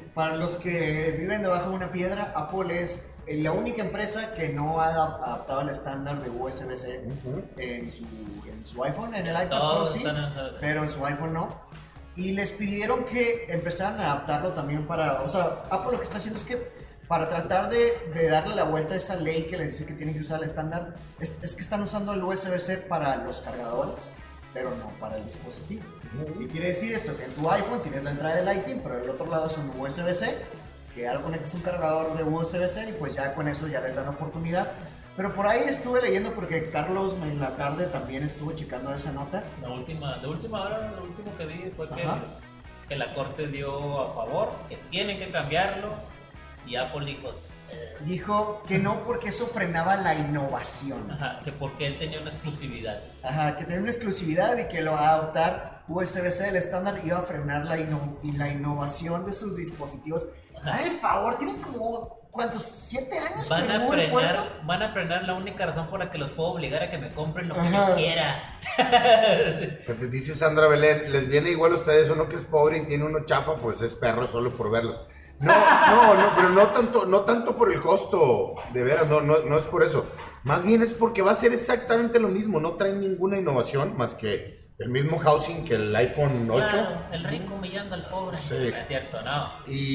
que viven debajo de una piedra, Apple es la única empresa que no ha adaptado el estándar de USB-C en su iPhone, en el iPad Pro sí, pero en su iPhone no. Y les pidieron que empezaran a adaptarlo también o sea, Apple lo que está haciendo es que para tratar de darle la vuelta a esa ley que les dice que tienen que usar el estándar, es que están usando el USB-C para los cargadores, pero no para el dispositivo. Y quiere decir esto, que en tu iPhone tienes la entrada de Lightning, pero del otro lado es un USB-C, que ahora conectas un cargador de USB-C y pues ya con eso ya les dan oportunidad. Pero por ahí estuve leyendo porque Carlos en la tarde también estuvo checando esa nota. De última hora, lo último que vi fue que la corte dio a favor, que tienen que cambiarlo, y Apple dijo que no porque eso frenaba la innovación. Ajá, que porque él tenía una exclusividad. Ajá, que tenía una exclusividad y que lo adaptar USB-C, el estándar, iba a frenar la innovación de sus dispositivos. Ay, por favor, tienen como... ¿Cuántos? ¿7 años? Van a frenar la única razón por la que los puedo obligar a que me compren lo que yo quiera. Te dice Sandra Belén, les viene igual a ustedes, uno que es pobre y tiene uno chafa, pues es perro solo por verlos. No, pero no tanto por el costo, de veras, no es por eso. Más bien es porque va a ser exactamente lo mismo, no traen ninguna innovación más que el mismo housing que el iPhone 8. Claro, el rico humillando al pobre. Sí. Es cierto, ¿no?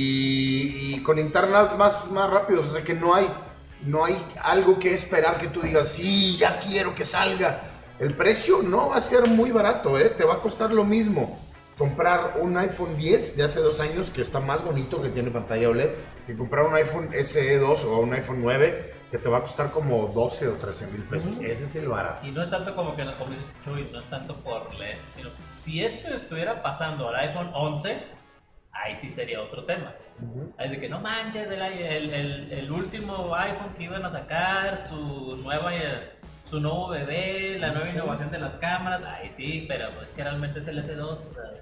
Y con internals más rápidos, o sea que no hay algo que esperar que tú digas, sí, ya quiero que salga. El precio no va a ser muy barato, te va a costar lo mismo comprar un iPhone 10 de hace 2 años que está más bonito, que tiene pantalla OLED, que comprar un iPhone SE 2 o un iPhone 9 que te va a costar como 12 o 13 mil pesos. Ese es el barato. Y no es tanto como dice Chuy, no es tanto por LED, sino si esto estuviera pasando al iPhone 11, ahí sí sería otro tema. Es de que no manches, el último iPhone que iban a sacar, su nuevo bebé, la nueva innovación de las cámaras, ahí sí, pero es que realmente es el S2. O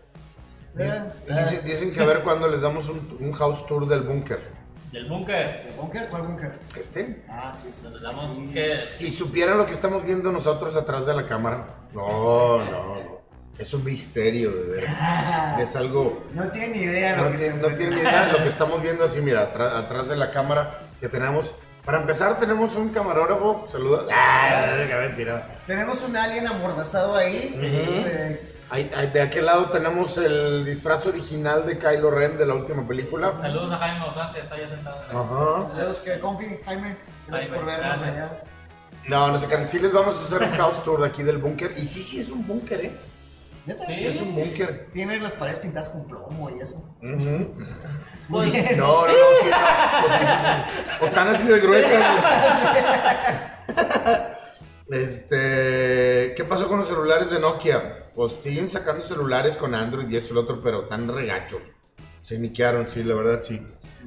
sea. Dicen que a ver cuándo les damos un house tour del búnker. ¿Del búnker? ¿Del búnker? ¿Cuál búnker? Ah, sí. Nos damos, Si supieran lo que estamos viendo nosotros atrás de la cámara. No. Es un misterio, de verdad. Es algo... No tienen ni idea no tienen ni idea de lo que estamos viendo así, mira, atrás de la cámara que tenemos. Para empezar, tenemos un camarógrafo. Saluda. ¡Qué mentira! Tenemos un alien amordazado ahí. De aquel lado tenemos el disfraz original de Kylo Ren de la última película. Saludos a Jaime Maussan, que está ya sentado. Saludos, que compi, Jaime. Gracias por vernos allá. No se crean. Sí les vamos a hacer un house tour de aquí del búnker. Y sí es un búnker, Sí, es un búnker. Tiene las paredes pintadas con plomo y eso. Muy bien. No. O están así de gruesas. ¿Qué pasó con los celulares de Nokia? Pues siguen sacando celulares con Android y esto y lo otro, pero tan regachos. Se niquearon, sí, la verdad, sí.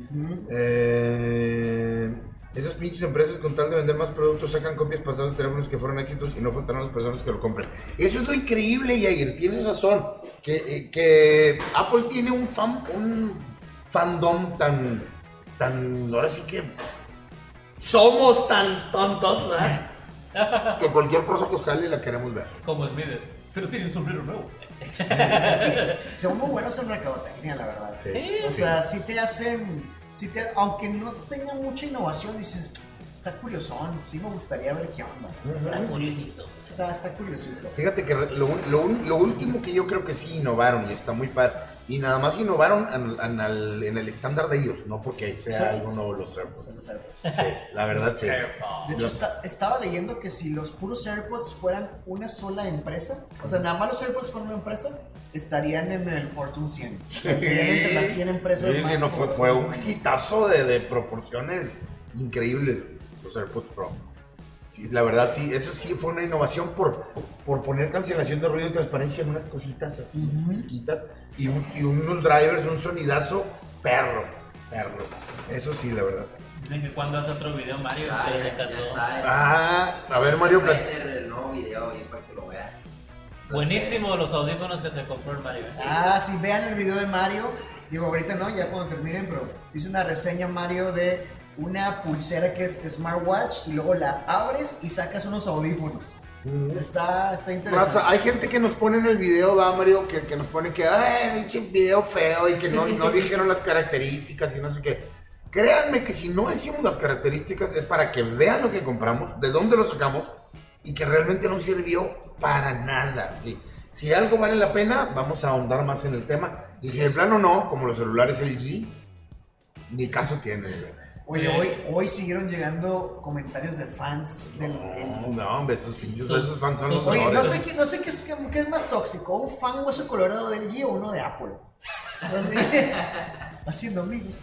Esas pinches empresas, con tal de vender más productos, sacan copias pasadas de teléfonos que fueron éxitos y no faltaron las personas que lo compren. Eso es lo increíble, Yair, tienes razón. Que Apple tiene un fandom tan... Ahora sí que... Somos tan tontos, ¿verdad? Que cualquier cosa que sale la queremos ver. Como Smith, pero tiene un sombrero nuevo. Es que son muy buenos en mercadotecnia, la verdad. Sí. O sea, si te hacen... aunque no tenga mucha innovación, dices, está curiosón, sí me gustaría ver qué onda. Está curiosito. Está curiosito. Fíjate que lo último que yo creo que sí innovaron, y está muy padre, y nada más innovaron en el estándar de ellos, no porque sea algo nuevo los AirPods. Sí, la verdad sí. De hecho, estaba leyendo que si los puros AirPods fueran una sola empresa, o sea, nada más los AirPods fueran una empresa, estarían en el Fortune 100. O sea, serían entre las 100 empresas más. Sí, no, fue un hitazo de proporciones increíbles los AirPods Pro. Sí, la verdad, sí, eso sí fue una innovación por poner cancelación de ruido y transparencia en unas cositas así chiquitas y unos drivers, un sonidazo perro. Eso sí, la verdad. Dicen que cuando hace otro video Mario, ya está. A ver, Mario, el nuevo video ahí para que lo vean. Buenísimo los audífonos que se compró el Mario. Sí, vean el video de Mario. Digo, ahorita no, ya cuando terminen, pero hice una reseña, Mario, de una pulsera que es smartwatch y luego la abres y sacas unos audífonos. Está interesante. Raza, hay gente que nos pone en el video, va, Mario, que nos pone que, ay, pinche video feo y que no dijeron las características y no sé qué. Créanme que si no decimos las características es para que vean lo que compramos, de dónde lo sacamos y que realmente no sirvió para nada, ¿sí? Si algo vale la pena, vamos a ahondar más en el tema. Y si de plano no, como los celulares LG, ni caso tiene. Oye, hoy siguieron llegando comentarios de fans del LG. No, hombre, esos fans son los Oye, mejores. no sé qué es más tóxico, un fan hueso colorado del LG o uno de Apple. Así, haciendo amigos.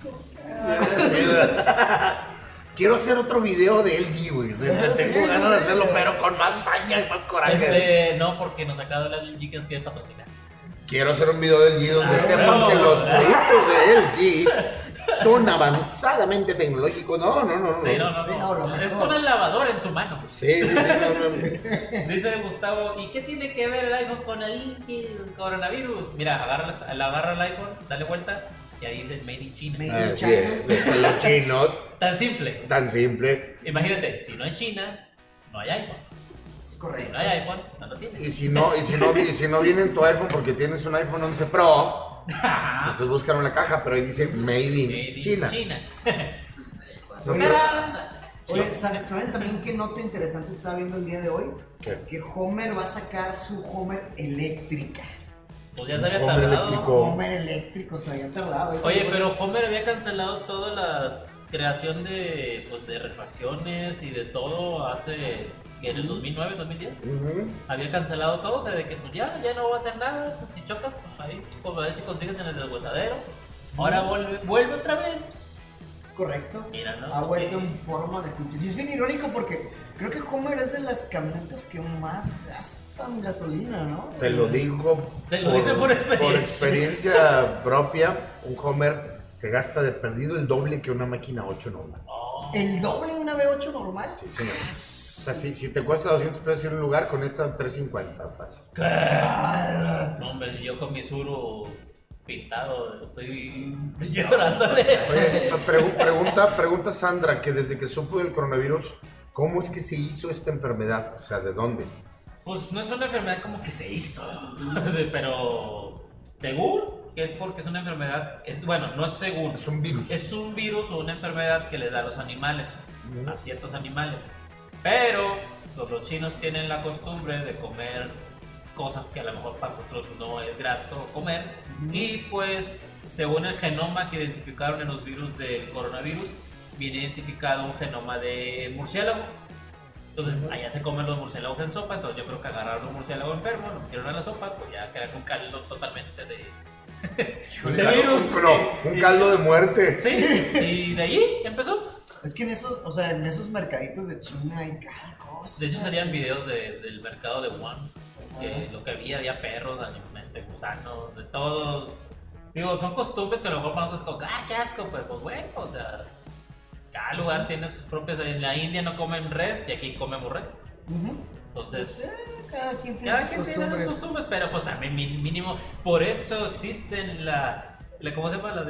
Quiero hacer otro video de LG, güey. Tengo ganas de hacerlo, pero con más saña y más coraje. No, porque nos acaba de hablar el LG que nos quiere patrocinar. Quiero hacer un video de LG donde sepan que los productos de LG son avanzadamente tecnológicos. No. Sí, no. Es una lavadora en tu mano. Sí. Dice Gustavo, ¿y qué tiene que ver el iPhone con el coronavirus? Mira, agarra el iPhone, dale vuelta y ahí dice Made in China. Así es, son los chinos. Tan simple. Tan simple. Imagínate, si no hay China, no hay iPhone. Es correcto. Si no hay iPhone, no lo tienes. Y si no viene en tu iPhone porque tienes un iPhone 11 Pro, pues te buscan una caja, pero ahí dice Made in China. Oye, ¿saben también qué nota interesante estaba viendo el día de hoy? ¿Qué? Que Homer va a sacar su Homer eléctrica. Pues ya se había Homer tardado. eléctrico. Homer eléctrico, se había tardado. Oye, pero Homer había cancelado todas las creación de refacciones y de todo hace, ¿qué? ¿En el 2009, 2010? Había cancelado todo, o sea, de que pues ya no va a hacer nada. Si chocas, pues ahí, pues a ver si consigues en el deshuesadero. Ahora vuelve otra vez. Es correcto. Mira, ¿no? Ha Pues vuelto sí. en forma de fichas. Y es bien irónico porque creo que Homer es de las camionetas que más gastan gasolina, ¿no? Te lo digo. Te lo dice por experiencia. Por experiencia propia, un Homer que gasta de perdido el doble que una máquina 8 normal. Oh. ¿El doble de una V8 normal? Sí, señor. O sea, si te cuesta 200 pesos en un lugar, con esta 350, fácil. No, hombre, yo con mi Suru pintado, estoy llorándole. Oye, pregunta Sandra, que desde que supo del coronavirus, ¿cómo es que se hizo esta enfermedad? O sea, ¿de dónde? Pues no es una enfermedad como que se hizo, sí, pero según que es porque es una enfermedad, bueno, no es según. Es un virus. Es un virus o una enfermedad que les da a los animales, a ciertos animales. Pero los chinos tienen la costumbre de comer cosas que a lo mejor para nosotros no es grato comer. Y pues, según el genoma que identificaron en los virus del coronavirus, viene identificado un genoma de murciélago. Entonces, allá se comen los murciélagos en sopa. Entonces, yo creo que agarraron un murciélago enfermo, lo metieron a la sopa, pues ya queda un caldo totalmente de virus. Un caldo de muerte. Sí, y de ahí empezó. Es que en esos mercaditos de China hay cada cosa. De hecho, salían videos del mercado de Wuhan. Que lo que había perros, gusanos, de todo. Digo, son costumbres que a lo mejor vamos como, qué asco, pues bueno, o sea, cada lugar tiene sus propias. En la India no comen res y aquí comemos res. Entonces, cada quien tiene sus sus costumbres, pero pues también mínimo. Por eso existen ¿cómo se llama?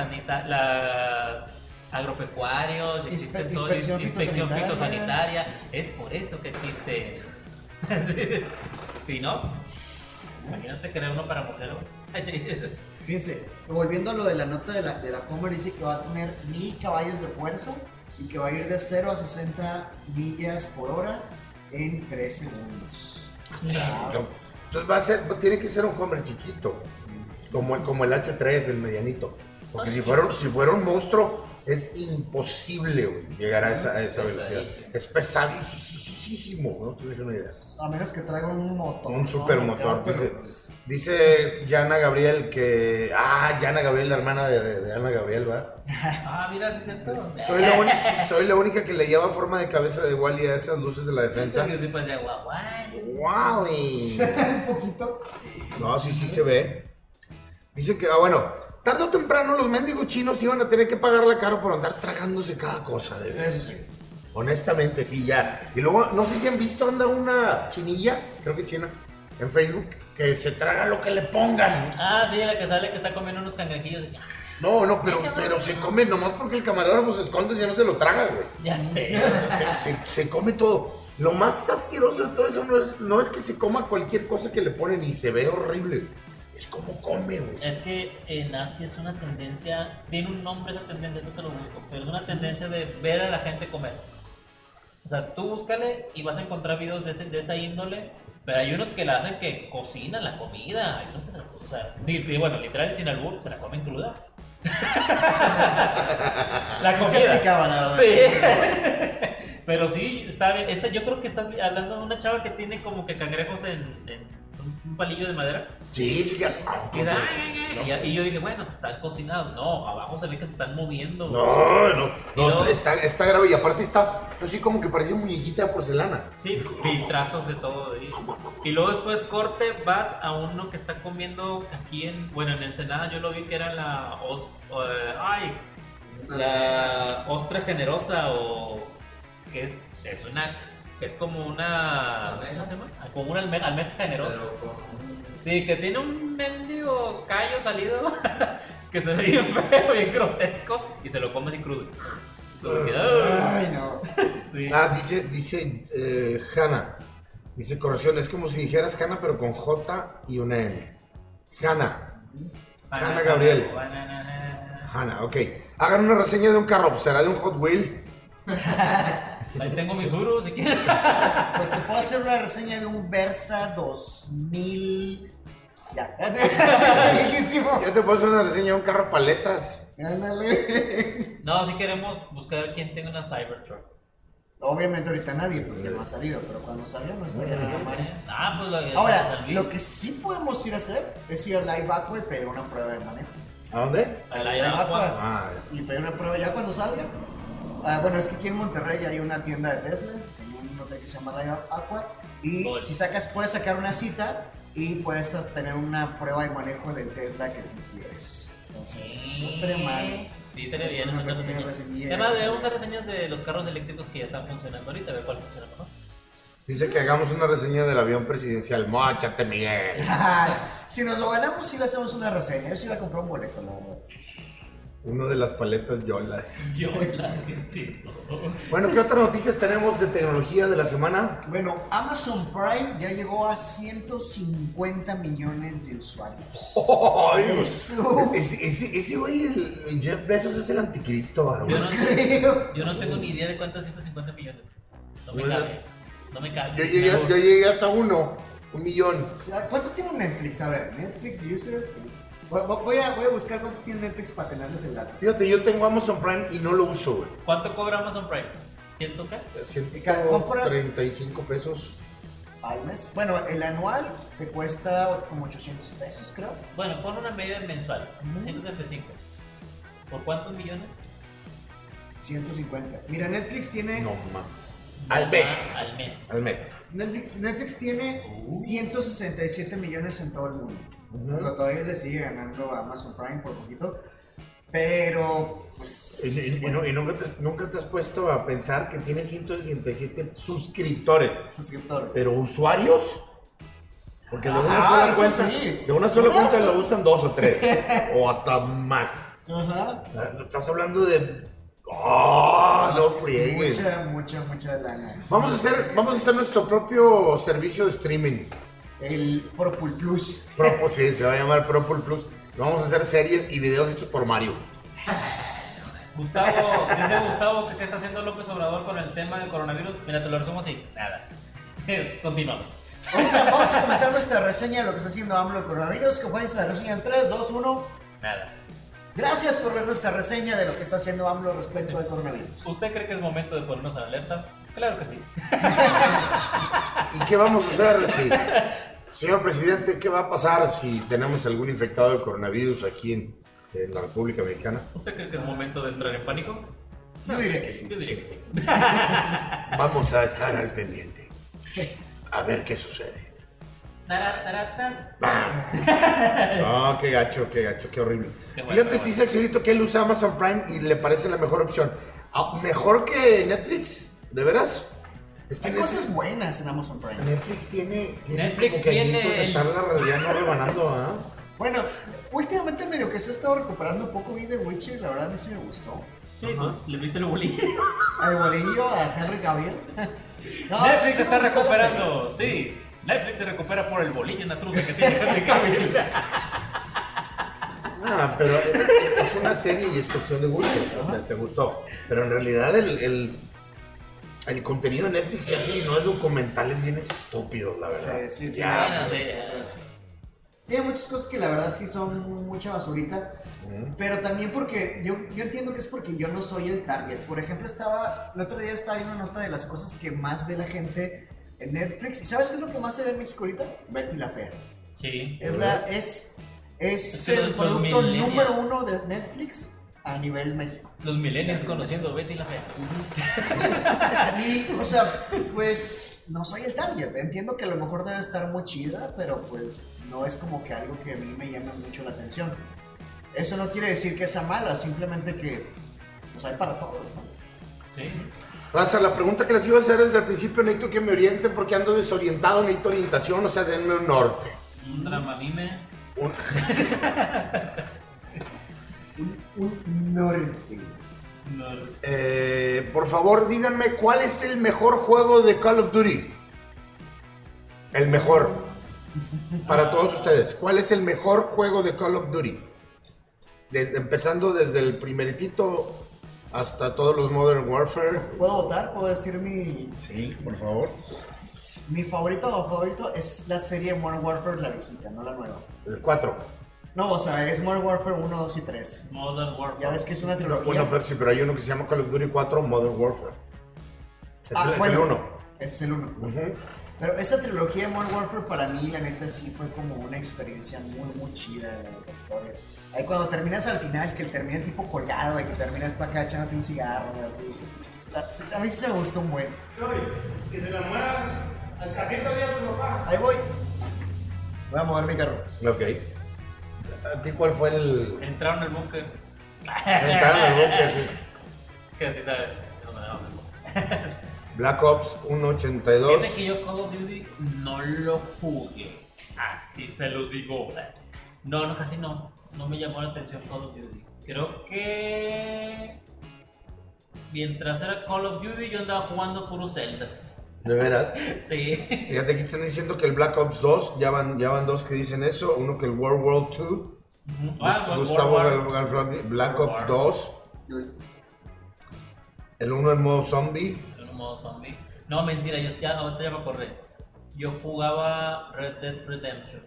Las agropecuarios, existen todo, inspección fitosanitaria. Es por eso que existe. Si no, imagínate crear uno para murciélagos. Fíjense, volviendo a lo de la nota de la Homer, dice que va a tener 1000 caballos de fuerza y que va a ir de 0 a 60 millas por hora en 3 segundos. Entonces tiene que ser un Homer chiquito, como el H3, el medianito. Porque si fuera un monstruo, es imposible, güey, llegar a esa velocidad. Es pesadísimo, ¿no? Tienes una idea. A menos que traiga un motor. Un supermotor. Pero, Dice Yana Gabriel que. Yana Gabriel, la hermana de Ana Gabriel, ¿verdad? Mira, sí es cierto. Soy la única que le lleva forma de cabeza de Wally a esas luces de la defensa. Que sí parecía Wally. un poquito. No, sí se ve. Dice que, tarde o temprano los mendigos chinos iban a tener que pagarla caro por andar tragándose cada cosa. Eso sí. Honestamente, sí, ya. Y luego, no sé si han visto, anda una chinilla, creo que china, en Facebook, que se traga lo que le pongan. Sí, la que sale que está comiendo unos cangrejillos. No, pero se come nomás porque el camarógrafo se esconde y ya no se lo traga, güey. Ya sé. Se come todo. Lo más asqueroso de todo eso no es que se coma cualquier cosa que le ponen y se ve horrible. Es como come, güey. Es que en Asia es una tendencia, tiene un nombre esa tendencia, no te lo busco, pero es una tendencia de ver a la gente comer. O sea, tú búscale y vas a encontrar videos de esa índole, pero hay unos que la hacen que cocinan la comida, hay unos que se la, o sea, bueno, literal sin albur, se la comen cruda. La comida. Sí. Pero sí, está bien. Yo creo que estás hablando de una chava que tiene como que cangrejos en un palillo de madera. Sí. Y yo dije, bueno, están cocinados. No, abajo se ve que se están moviendo. No, está grave y aparte está así como que parece muñequita de porcelana. Sí, filtrazos de todo. Y luego después corte, vas a uno que está comiendo aquí en Ensenada. Yo lo vi que era la ostra generosa o que es como una, ¿cómo se llama? Como una almeja generosa. Sí, que tiene un mendigo callo salido que se ve bien feo, bien grotesco y se lo come así crudo. Ay, no. Sí. Dice Hanna. Dice corrección, es como si dijeras Hanna pero con J y una N. Hanna Gabriel. Hanna, ok. Hagan una reseña de un carro, ¿será de un Hot Wheel? Ahí tengo mis Urus, si quieren. Pues te puedo hacer una reseña de un Versa 2000. Ya. Yo te puedo hacer una reseña de un carro paletas. Ándale. No, si queremos buscar quién tenga una Cybertruck. Obviamente ahorita nadie, porque no ha salido, pero cuando salga no estaría nada mal. Pues ahora, lo que sí podemos ir a hacer es ir a Live Aqua y pedir una prueba de manejo. ¿A dónde? A Live Aqua. Y pedir una prueba ya cuando salga. Bueno, es que aquí en Monterrey hay una tienda de Tesla, hay un hotel que se llama Live Aqua, y si puedes sacar una cita y puedes tener una prueba de manejo del Tesla que tú quieres. Entonces, no estaría mal. Sí, estaría bien hacer una reseña. Además, debemos hacer reseñas de los carros eléctricos que ya están funcionando ahorita, a ver cuál funciona mejor. Dice que hagamos una reseña del avión presidencial. ¡Móchate, Miguel! Si nos lo ganamos, sí le hacemos una reseña. Yo sí voy a comprar un boleto, la verdad. Uno de las paletas Yolas. Yolas, ¿qué es eso? Bueno, ¿qué otras noticias tenemos de tecnología de la semana? Bueno, Amazon Prime ya llegó a 150 millones de usuarios. ¡Oh! Ese güey, el Jeff Bezos es el anticristo, güey. Yo no tengo ni idea de cuántos 150 millones. No me cabe. Yo llegué hasta 1 millón. ¿Cuántos tiene Netflix? A ver, Netflix user. Voy a buscar cuántos tiene Netflix para tenerles el dato. Fíjate, yo tengo Amazon Prime y no lo uso, güey. ¿Cuánto cobra Amazon Prime? ¿100 qué? 135 pesos. Al mes. Bueno, el anual te cuesta como 800 pesos, creo. Bueno, pon una media mensual. 135. ¿Por cuántos millones? 150. Mira, Netflix tiene... No más. Al mes. Netflix tiene 167 millones en todo el mundo. Pero todavía le sigue ganando a Amazon Prime por poquito. Pero, pues... Y nunca te has puesto a pensar que tiene 167 suscriptores. Pero usuarios... Porque de una sola cuenta lo usan 2 o 3. O hasta más. Ajá. Estás hablando de... no friegues. Mucha lana. Vamos a hacer nuestro propio servicio de streaming. El Propul Plus. Sí, se va a llamar Propul Plus. Vamos a hacer series y videos hechos por Mario. Dice Gustavo que está haciendo López Obrador con el tema del coronavirus. Mira, te lo resumo así. Nada. Continuamos. Vamos a comenzar nuestra reseña de lo que está haciendo AMLO del coronavirus. Que fue la reseña en 3, 2, 1. Nada. Gracias por ver nuestra reseña de lo que está haciendo AMLO respecto al coronavirus. ¿Usted cree que es momento de ponernos en alerta? Claro que sí. ¿Y qué vamos a hacer? Sí. Señor presidente, ¿qué va a pasar si tenemos algún infectado de coronavirus aquí en la República Mexicana? ¿Usted cree que es momento de entrar en pánico? Yo diría que sí. Yo diría que sí. Vamos a estar al pendiente. A ver qué sucede. No, qué gacho, qué horrible. Fíjate, dice Axelito que él usa Amazon Prime y le parece la mejor opción. ¿Mejor que Netflix? ¿De veras? Es que hay cosas buenas en Amazon Prime. Netflix tiene Netflix como que tiene de estarla ya no rebanando, ¿ah? Bueno, últimamente medio que se ha estado recuperando un poco bien de Witcher, la verdad a mí sí me gustó. Sí, pues, le viste el bolillo. Al bolillo, a Henry Cavill. No, Netflix sí se me está gustó la recuperando, sí. Netflix se recupera por el bolillo en la truza que tiene Henry Cavill. Pero es una serie y es cuestión de gustos, ¿no? Te gustó. Pero en realidad el contenido de Netflix ya sí, no es documentales bien estúpidos, la verdad. Sí, sí, Ya, tiene muchas cosas que la verdad sí son mucha basurita, pero también porque yo entiendo que es porque yo no soy el target. Por ejemplo, el otro día estaba viendo una nota de las cosas que más ve la gente en Netflix. ¿Y sabes qué es lo que más se ve en México ahorita? Betty la Fea. Sí. Es que el los producto millennials. número 1 de Netflix a nivel México. Los millennials conociendo Betty la Fea. Y, o sea, pues no soy el target. Entiendo que a lo mejor debe estar muy chida, pero pues no es como que algo que a mí me llame mucho la atención. Eso no quiere decir que sea mala, simplemente que pues hay para todos, ¿no? Sí. Raza, la pregunta que les iba a hacer desde el principio, necesito que me orienten porque ando desorientado, necesito orientación, o sea, denme un norte. Un Dramamine. Un norte. Por favor, díganme cuál es el mejor juego de Call of Duty. El mejor. Para todos ustedes, ¿cuál es el mejor juego de Call of Duty? Empezando desde el primeritito hasta todos los Modern Warfare. ¿Puedo votar? ¿Puedo decir mi...? Sí, por favor. Mi favorito es la serie Modern Warfare, la viejita, no la nueva. El 4. No, o sea, es Modern Warfare 1, 2 y 3. Modern Warfare. Ya ves que es una trilogía. Bueno, pero sí, pero hay uno que se llama Call of Duty 4 Modern Warfare. Es el 1. Ese es el 1. Pero esa trilogía de Modern Warfare para mí, la neta, sí fue como una experiencia muy chida de la historia. Ahí cuando terminas al final, que termina el tipo colgado, y que terminas tú acá echándote un cigarro, así. A mí sí me gustó un buen. Que se la mueva al carrito de su papá. Ahí voy. Voy a mover mi carro. Ok. ¿A ti cuál fue el...? Entraron al búnker. Entraron al búnker, sí. Es que así sabes. Así no me daban el búnker. Black Ops 1.82. Fíjate que yo Call of Duty no lo jugué. Así se los digo. No, casi no. No me llamó la atención Call of Duty. Creo que mientras era Call of Duty yo andaba jugando puros Zeldas. ¿De veras? Sí. Fíjate que están diciendo que el Black Ops 2, ya van dos que dicen eso. Uno que el World War 2. Gustavo Galfrandi, Black Ops 2. El 1 en modo zombie. En modo zombie. No, mentira, ya me acordé. Yo jugaba Red Dead Redemption.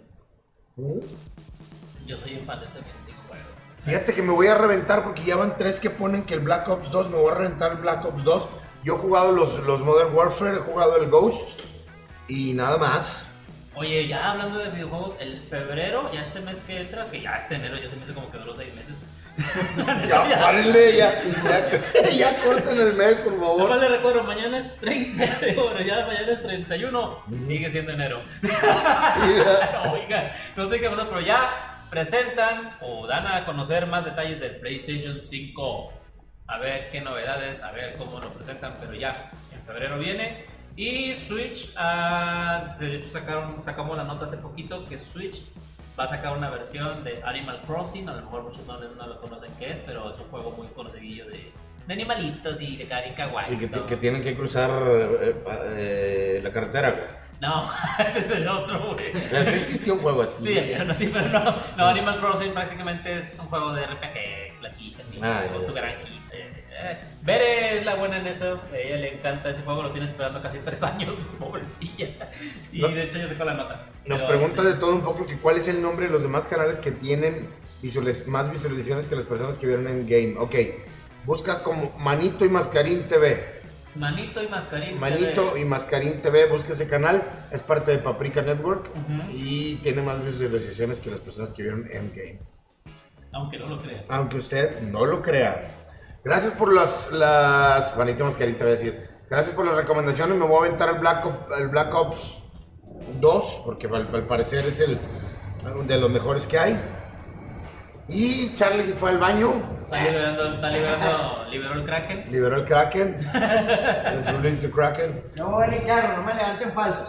Yo soy un fan de ese mendigo juego. Fíjate que me voy a reventar porque ya van 3 que ponen que el Black Ops 2, me voy a reventar el Black Ops 2. Yo he jugado los Modern Warfare, he jugado el Ghost y nada más. Oye, ya hablando de videojuegos, el febrero, ya este mes que entra, que ya este enero ya se me hace como que duró 6 meses. Ya, párenle, ya corten el mes, por favor. Nomás le recuerdo, mañana es 30 de oro, ya mañana es 31, sigue siendo enero. Oiga, no sé qué pasa, pero ya presentan o dan a conocer más detalles del PlayStation 5. A ver qué novedades, a ver cómo lo presentan, pero ya en febrero viene. Y Switch, de hecho sacamos la nota hace poquito que Switch va a sacar una versión de Animal Crossing. A lo mejor muchos no lo conocen qué es, pero es un juego muy conocidillo de animalitos y de cari kawaii. Sí, que tienen que cruzar la carretera, güey. No, ese es el otro, güey. Sí existió un juego así. Sí, pero no, Animal Crossing prácticamente es un juego de RPG, platitas, con tu granjita. Bere es la buena en eso, a ella le encanta ese juego, lo tiene esperando casi 3 años, pobrecilla. Y de hecho ya sacó la nota. Nos pregunta de todo un poco que cuál es el nombre de los demás canales que tienen más visualizaciones que las personas que vieron en Game. Ok, busca como Manito y Mascarín TV. Manito y Mascarín TV, busca ese canal, es parte de Paprika Network y tiene más visualizaciones que las personas que vieron Endgame. Aunque no lo crea. Aunque usted no lo crea. Gracias por las Manito y Mascarín TV, así es. Gracias por las recomendaciones, me voy a aventar el Black Ops 2, porque al parecer es el de los mejores que hay. Y Charlie fue al baño. Liberó el Kraken. Liberó el Kraken. Let's release the Kraken. No vale carro, no me levanten falsos.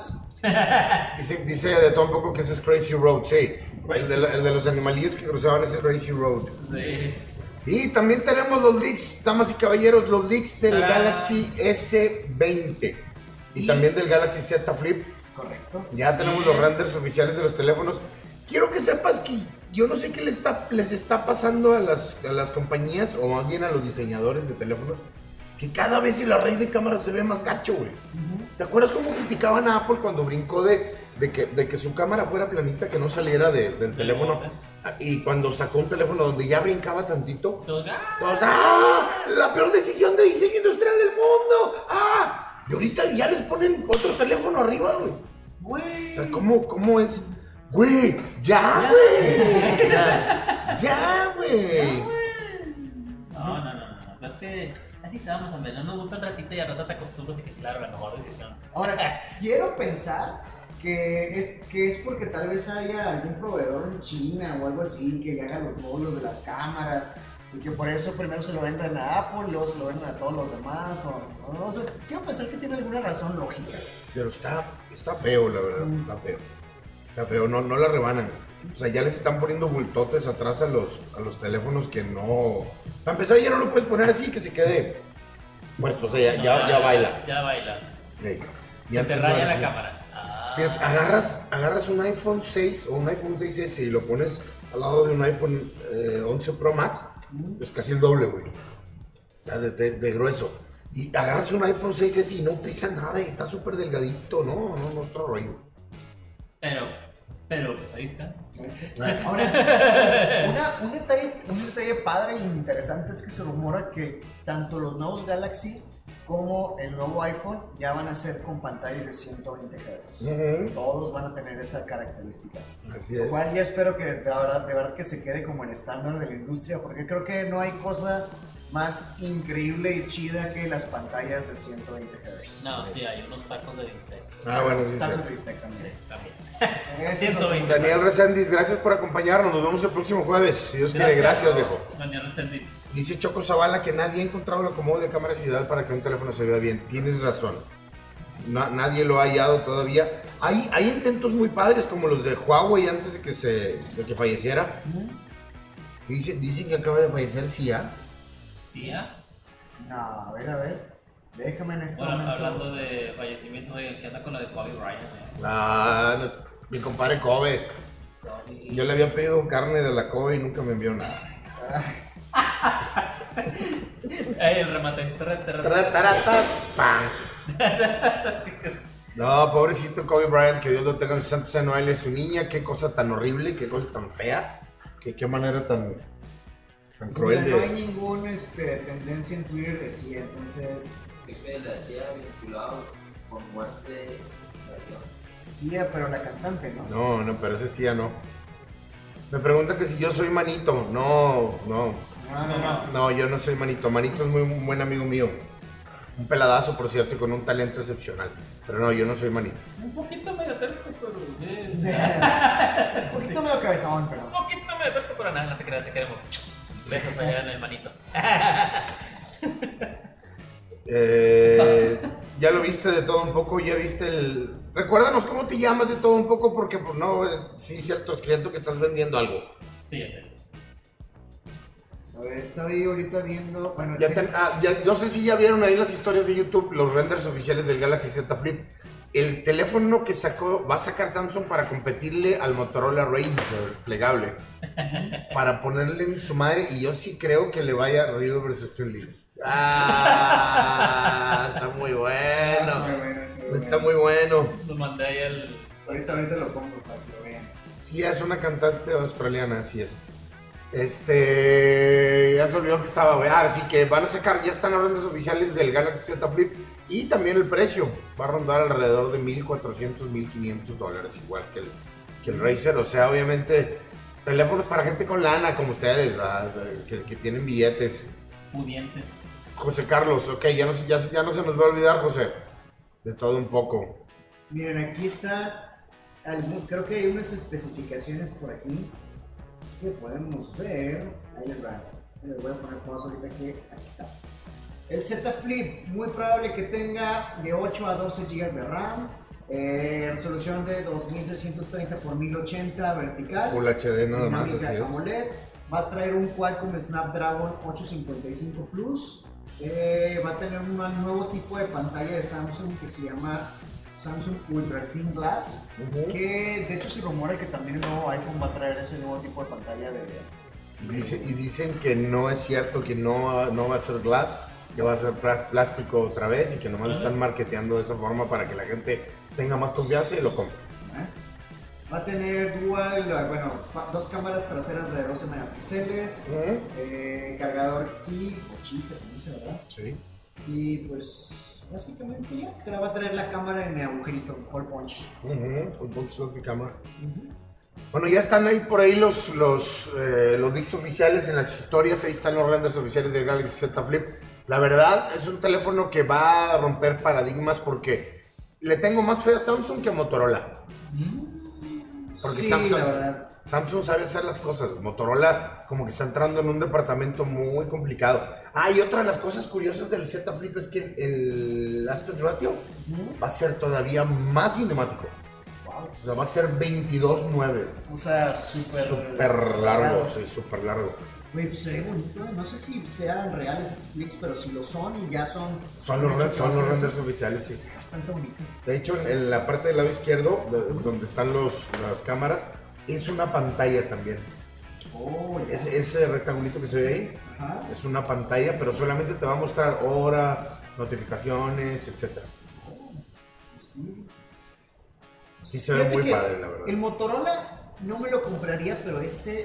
Dice de todo un poco que ese es Crazy Road, sí. El de los animalillos que cruzaban ese Crazy Road. Sí. Y también tenemos los leaks, damas y caballeros, los leaks del Galaxy S20. Y también del Galaxy Z Flip. Es correcto. Ya tenemos los renders oficiales de los teléfonos. Quiero que sepas que yo no sé qué les está pasando a las compañías, o más bien a los diseñadores de teléfonos, que cada vez el array de cámara se ve más gacho, güey. ¿Te acuerdas cómo criticaban a Apple cuando brincó de que su cámara fuera planita, que no saliera del teléfono? Y cuando sacó un teléfono donde ya brincaba tantito, todos, la peor decisión de diseño industrial del mundo. Y ahorita ya les ponen otro teléfono arriba, güey. O sea, ¿cómo es? Güey, ya, güey. Ya, güey. No. Es que así somos, hombre. No nos gusta un ratito y al rato te acostumbras de que, claro, la mejor decisión. Ahora, quiero pensar que es porque tal vez haya algún proveedor en China o algo así que haga los módulos de las cámaras y que por eso primero se lo vendan a Apple, luego se lo vendan a todos los demás. O sea, quiero pensar que tiene alguna razón lógica. Pero está feo, la verdad. Está feo, no la rebanan. O sea, ya les están poniendo bultotes atrás a los teléfonos que no... Para empezar, ya no lo puedes poner así que se quede puesto. O sea, ya baila. Ya baila. Sí. Se te raya la cámara. Fíjate, agarras un iPhone 6 o un iPhone 6S y lo pones al lado de un iPhone 11 Pro Max, es casi el doble, güey. De grueso. Y agarras un iPhone 6S y no pesa nada y está súper delgadito, no, otro rollo. Pero pues ahí está. Ahora, un detalle padre e interesante es que se rumora que tanto los nuevos Galaxy como el nuevo iPhone ya van a ser con pantallas de 120 Hz. Todos van a tener esa característica. Así es. Lo cual ya espero que de verdad que se quede como el estándar de la industria, porque creo que no hay cosa más increíble y chida que las pantallas de 120 Hz. No, sí, hay unos tacos de bistec. Bueno, sí. Tacos de bistec también. También. 120. Daniel Reséndiz, gracias por acompañarnos. Nos vemos el próximo jueves. Si Dios quiere, gracias, viejo. Daniel Reséndiz. Dice Choco Zavala que nadie ha encontrado el acomodo de cámaras ideal para que un teléfono se vea bien. Tienes razón. Nadie lo ha hallado todavía. Hay intentos muy padres como los de Huawei antes de que falleciera. Dicen que acaba de fallecer CIA. ¿CIA? No, a ver. Déjame en este momento. Hablando de fallecimientos, que anda con lo de Kobe Bryant. Mi compadre Kobe. Yo le había pedido carne de la Kobe y nunca me envió nada. El remate. No, pobrecito Kobe Bryant, que Dios lo tenga en su santo seno. Él es su niña, qué cosa tan horrible, qué cosa tan fea, qué manera tan cruel de... No hay ninguna tendencia en Twitter de CIA, entonces... Jefe de la CIA vinculado con muerte de avión. CIA, pero la cantante, ¿no? No, pero ese CIA no. Me pregunta que si yo soy Manito. No, yo no soy Manito. Manito es muy buen amigo mío. Un peladazo, por cierto, y con un talento excepcional. Pero no, yo no soy Manito. Un poquito medio terco, pero... Un poquito medio cabezón, pero... Un poquito medio terco, pero nada, no te creas, te queremos. Besos allá en el Manito. Ya lo viste de todo un poco, ya viste el... Recuérdanos cómo te llamas de todo un poco, porque pues, no, sí, cierto, es cierto que estás vendiendo algo. Sí, ya sé. A ver, estoy ahorita viendo... Bueno, no sé si ya vieron ahí las historias de YouTube, los renders oficiales del Galaxy Z Flip. El teléfono que va a sacar Samsung para competirle al Motorola Razr plegable. Para ponerle en su madre, y yo sí creo que le vaya a Ryu vs. Chun-Li. Está muy bueno. Está muy bueno. Lo mandé ahí al... Ahorita lo pongo para que lo vean. Sí, es una cantante australiana, así es. Ya se olvidó que estaba, güey. Así que van a sacar, ya están los renders oficiales del Galaxy Z Flip. Y también el precio va a rondar alrededor de $1,400, $1,500, igual que el Razr. O sea, obviamente, teléfonos para gente con lana como ustedes, que tienen billetes. Pudientes. José Carlos, ok, ya no se nos va a olvidar, José. De todo un poco. Miren, aquí está. Creo que hay unas especificaciones por aquí que podemos ver. Ahí les voy a poner pausa ahorita que aquí está. El Z Flip, muy probable que tenga de 8 a 12 GB de RAM, Resolución de 2630 x 1080 vertical. Full HD nada más, dinámica así es. AMOLED. Va a traer un Qualcomm Snapdragon 855 Plus. Va a tener un nuevo tipo de pantalla de Samsung que se llama Samsung Ultra Thin Glass, que de hecho se rumora que también el nuevo iPhone va a traer ese nuevo tipo de pantalla de... Y dicen que no es cierto, que no va a ser glass, que va a ser plástico otra vez y que nomás lo están marketeando de esa forma para que la gente tenga más confianza y lo compre. Va a tener dos cámaras traseras de 12 megapíxeles, cargador y Qi se conoce, ¿verdad? Sí. Y pues básicamente ya, te la va a traer la cámara en el agujerito, hole punch. Un punto selfie cámara. Bueno, ya están ahí por ahí los leaks oficiales en las historias, ahí están los renders oficiales del Galaxy Z Flip. La verdad, es un teléfono que va a romper paradigmas porque le tengo más fe a Samsung que a Motorola. Porque Sí, la verdad. Samsung sabe hacer las cosas. Motorola como que está entrando en un departamento muy complicado. Y otra de las cosas curiosas del Z Flip es que el aspect ratio va a ser todavía más cinemático. Wow. O sea, va a ser 22:9. O sea, súper Largo, sí, súper largo. Güey, pues se ve bonito, no sé si sean reales estos leaks, pero si lo son y ya son... Son los renders oficiales, sí. Se ve bastante bonito. De hecho, en la parte del lado izquierdo, donde están las cámaras, es una pantalla también. Oh, ya. Ese rectangulito que se ve ahí, Ajá. es una pantalla, pero solamente te va a mostrar hora, notificaciones, etc. Pues sí. Sí se ve Fíjate muy que padre, la verdad. El Motorola no me lo compraría, pero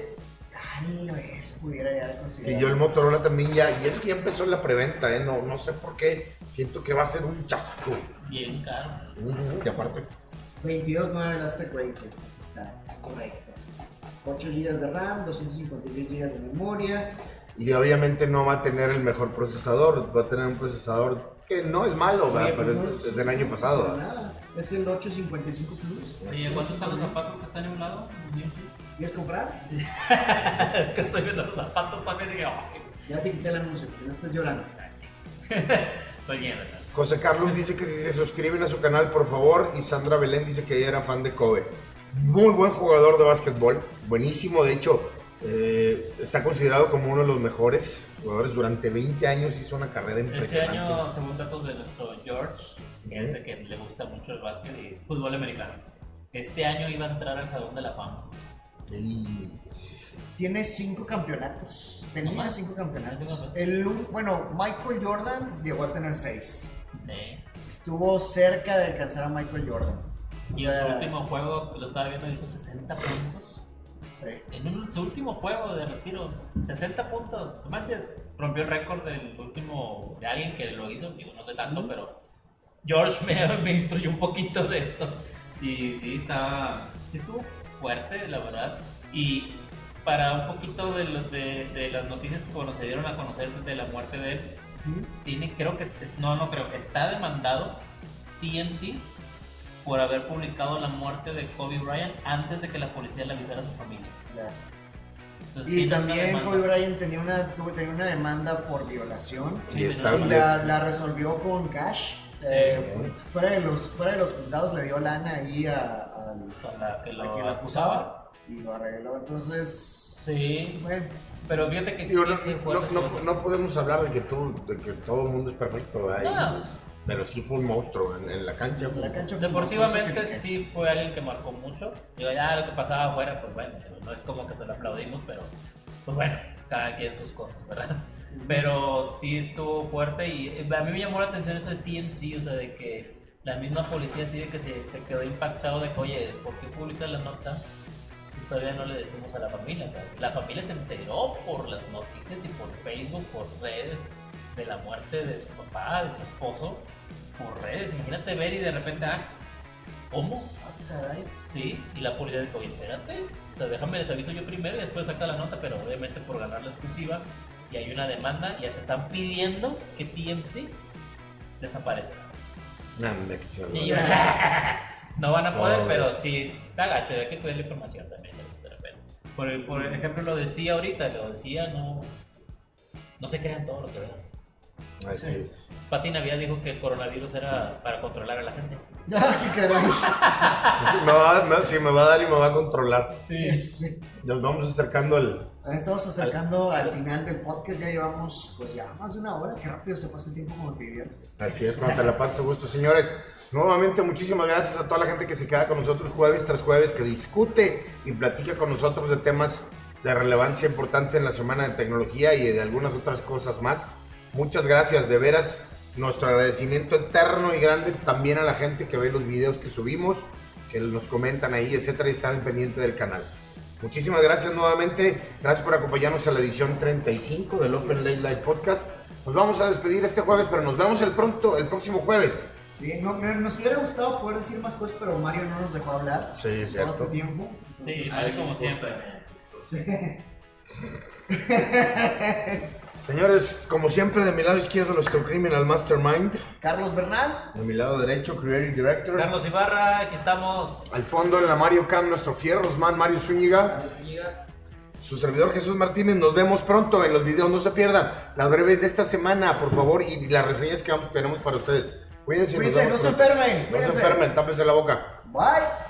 tal vez pudiera llegar a Sí, considerar. yo el Motorola también ya, y eso que ya empezó la preventa, no sé por qué, siento que va a ser un chasco. Bien caro. Y aparte, 22.9 el aspect ratio, está, es correcto. 8 GB de RAM, 256 GB de memoria. y obviamente no va a tener el mejor procesador, va a tener un procesador que no es malo, ¿verdad? Oye, Pero pues, es del año pasado. para nada. Es el 855 Plus. Oye, ¿cuántos están los zapatos que están en un lado? ¿Quieres comprar? Es que estoy viendo los zapatos también y digo, "Ay, Ya te quité el anuncio, que no estés llorando. estoy bien, ¿verdad?". José Carlos dice que si se suscriben a su canal, por favor. Y Sandra Belén dice que ella era fan de Kobe. Muy buen jugador de básquetbol. Buenísimo. De hecho, está considerado como uno de los mejores jugadores. Durante 20 años hizo una carrera Este impresionante. año, según datos de nuestro George, que es el que le gusta mucho el básquet y fútbol americano, este año iba a entrar al Salón de la Fama. Y- Tiene 5 campeonatos. Tenía ¿No más? 5 campeonatos. ¿5? Bueno, Michael Jordan llegó a tener 6. Sí. Estuvo cerca de alcanzar a Michael Jordan. Y O en sea, su último juego, lo estaba viendo, hizo 60 puntos. sí. Su último juego de retiro, 60 puntos. No manches, rompió el récord del último de alguien que lo hizo. Digo, no sé tanto, pero George me instruyó un poquito de eso. Y sí, estuvo fuerte, la verdad. Y para un poquito de las noticias que se dieron a conocer de la muerte de él, está demandado TMZ por haber publicado la muerte de Kobe Bryant antes de que la policía le avisara a su familia. Entonces, Y tiene una también demanda. Kobe Bryant tenía una demanda por violación. Y está- Y la resolvió con cash. Fuera de los juzgados le dio lana ahí A la que a lo quien la acusaba. acusaba y lo arregló. Entonces, Sí, bueno, pero fíjate que Digo, qué fuerte estuvo eso. no podemos hablar de que todo el mundo es perfecto, ¿verdad? No. Pero sí fue un monstruo en la cancha. la cancha fue Deportivamente monstruoso que- sí fue alguien que marcó mucho. Digo, ya lo que pasaba afuera, pues bueno, no es como que se lo aplaudimos, pero pues bueno, cada quien sus cosas, ¿verdad? Pero sí estuvo fuerte y a mí me llamó la atención eso de TMZ, o sea, de que la misma policía sí de que se quedó impactado de que, oye, ¿por qué publica la nota si todavía no le decimos a la familia? O sea, la familia se enteró por las noticias y por Facebook, por redes, de la muerte de su papá, de su esposo, por redes. Imagínate ver y de repente, ¿cómo? Caray. Sí, y la policía dijo, oye, espérate, o sea, déjame les aviso yo primero y después saca la nota, pero obviamente por ganar la exclusiva y hay una demanda, ya se están pidiendo que TMZ desaparezca. Qué chévere. Y no van a poder, No, pero sí, está gacho, hay que cuidar la información también de repente. Por ejemplo, lo decía ahorita, no se crean todo lo que vean. Así es. Pati Navidad dijo que el coronavirus era para controlar a la gente. ¡Qué caray! Sí, me va a dar y me va a controlar. Sí. Nos vamos acercando al... Estamos acercando al final del podcast, ya llevamos pues ya más de una hora, qué rápido se pasa el tiempo cuando te diviertes. Así es, cuando te la pases a gusto. Señores, nuevamente muchísimas gracias a toda la gente que se queda con nosotros jueves tras jueves, que discute y platica con nosotros de temas de relevancia importante en la semana de tecnología y de algunas otras cosas más. Muchas gracias, de veras, nuestro agradecimiento eterno y grande también a la gente que ve los videos que subimos, que nos comentan ahí, etcétera, y están al pendiente del canal. Muchísimas gracias nuevamente, gracias por acompañarnos a la edición 35 del Open Late Live Podcast. Nos vamos a despedir este jueves, pero nos vemos el próximo jueves. Sí, nos hubiera gustado poder decir más cosas, pero Mario no nos dejó hablar Sí, todo cierto. este tiempo. Sí, como siempre. Sí. Señores, como siempre, de mi lado izquierdo nuestro Criminal Mastermind, Carlos Bernal. de mi lado derecho Creative Director, Carlos Ibarra, aquí estamos. al fondo en la Mario Cam nuestro Fierros Man Mario Zúñiga, su servidor Jesús Martínez. Nos vemos pronto en los videos, no se pierdan las breves de esta semana, por favor, y las reseñas que tenemos para ustedes. Cuídense, Cuídense, no se pronto. enfermen. No se enfermen, tápense la boca. Bye.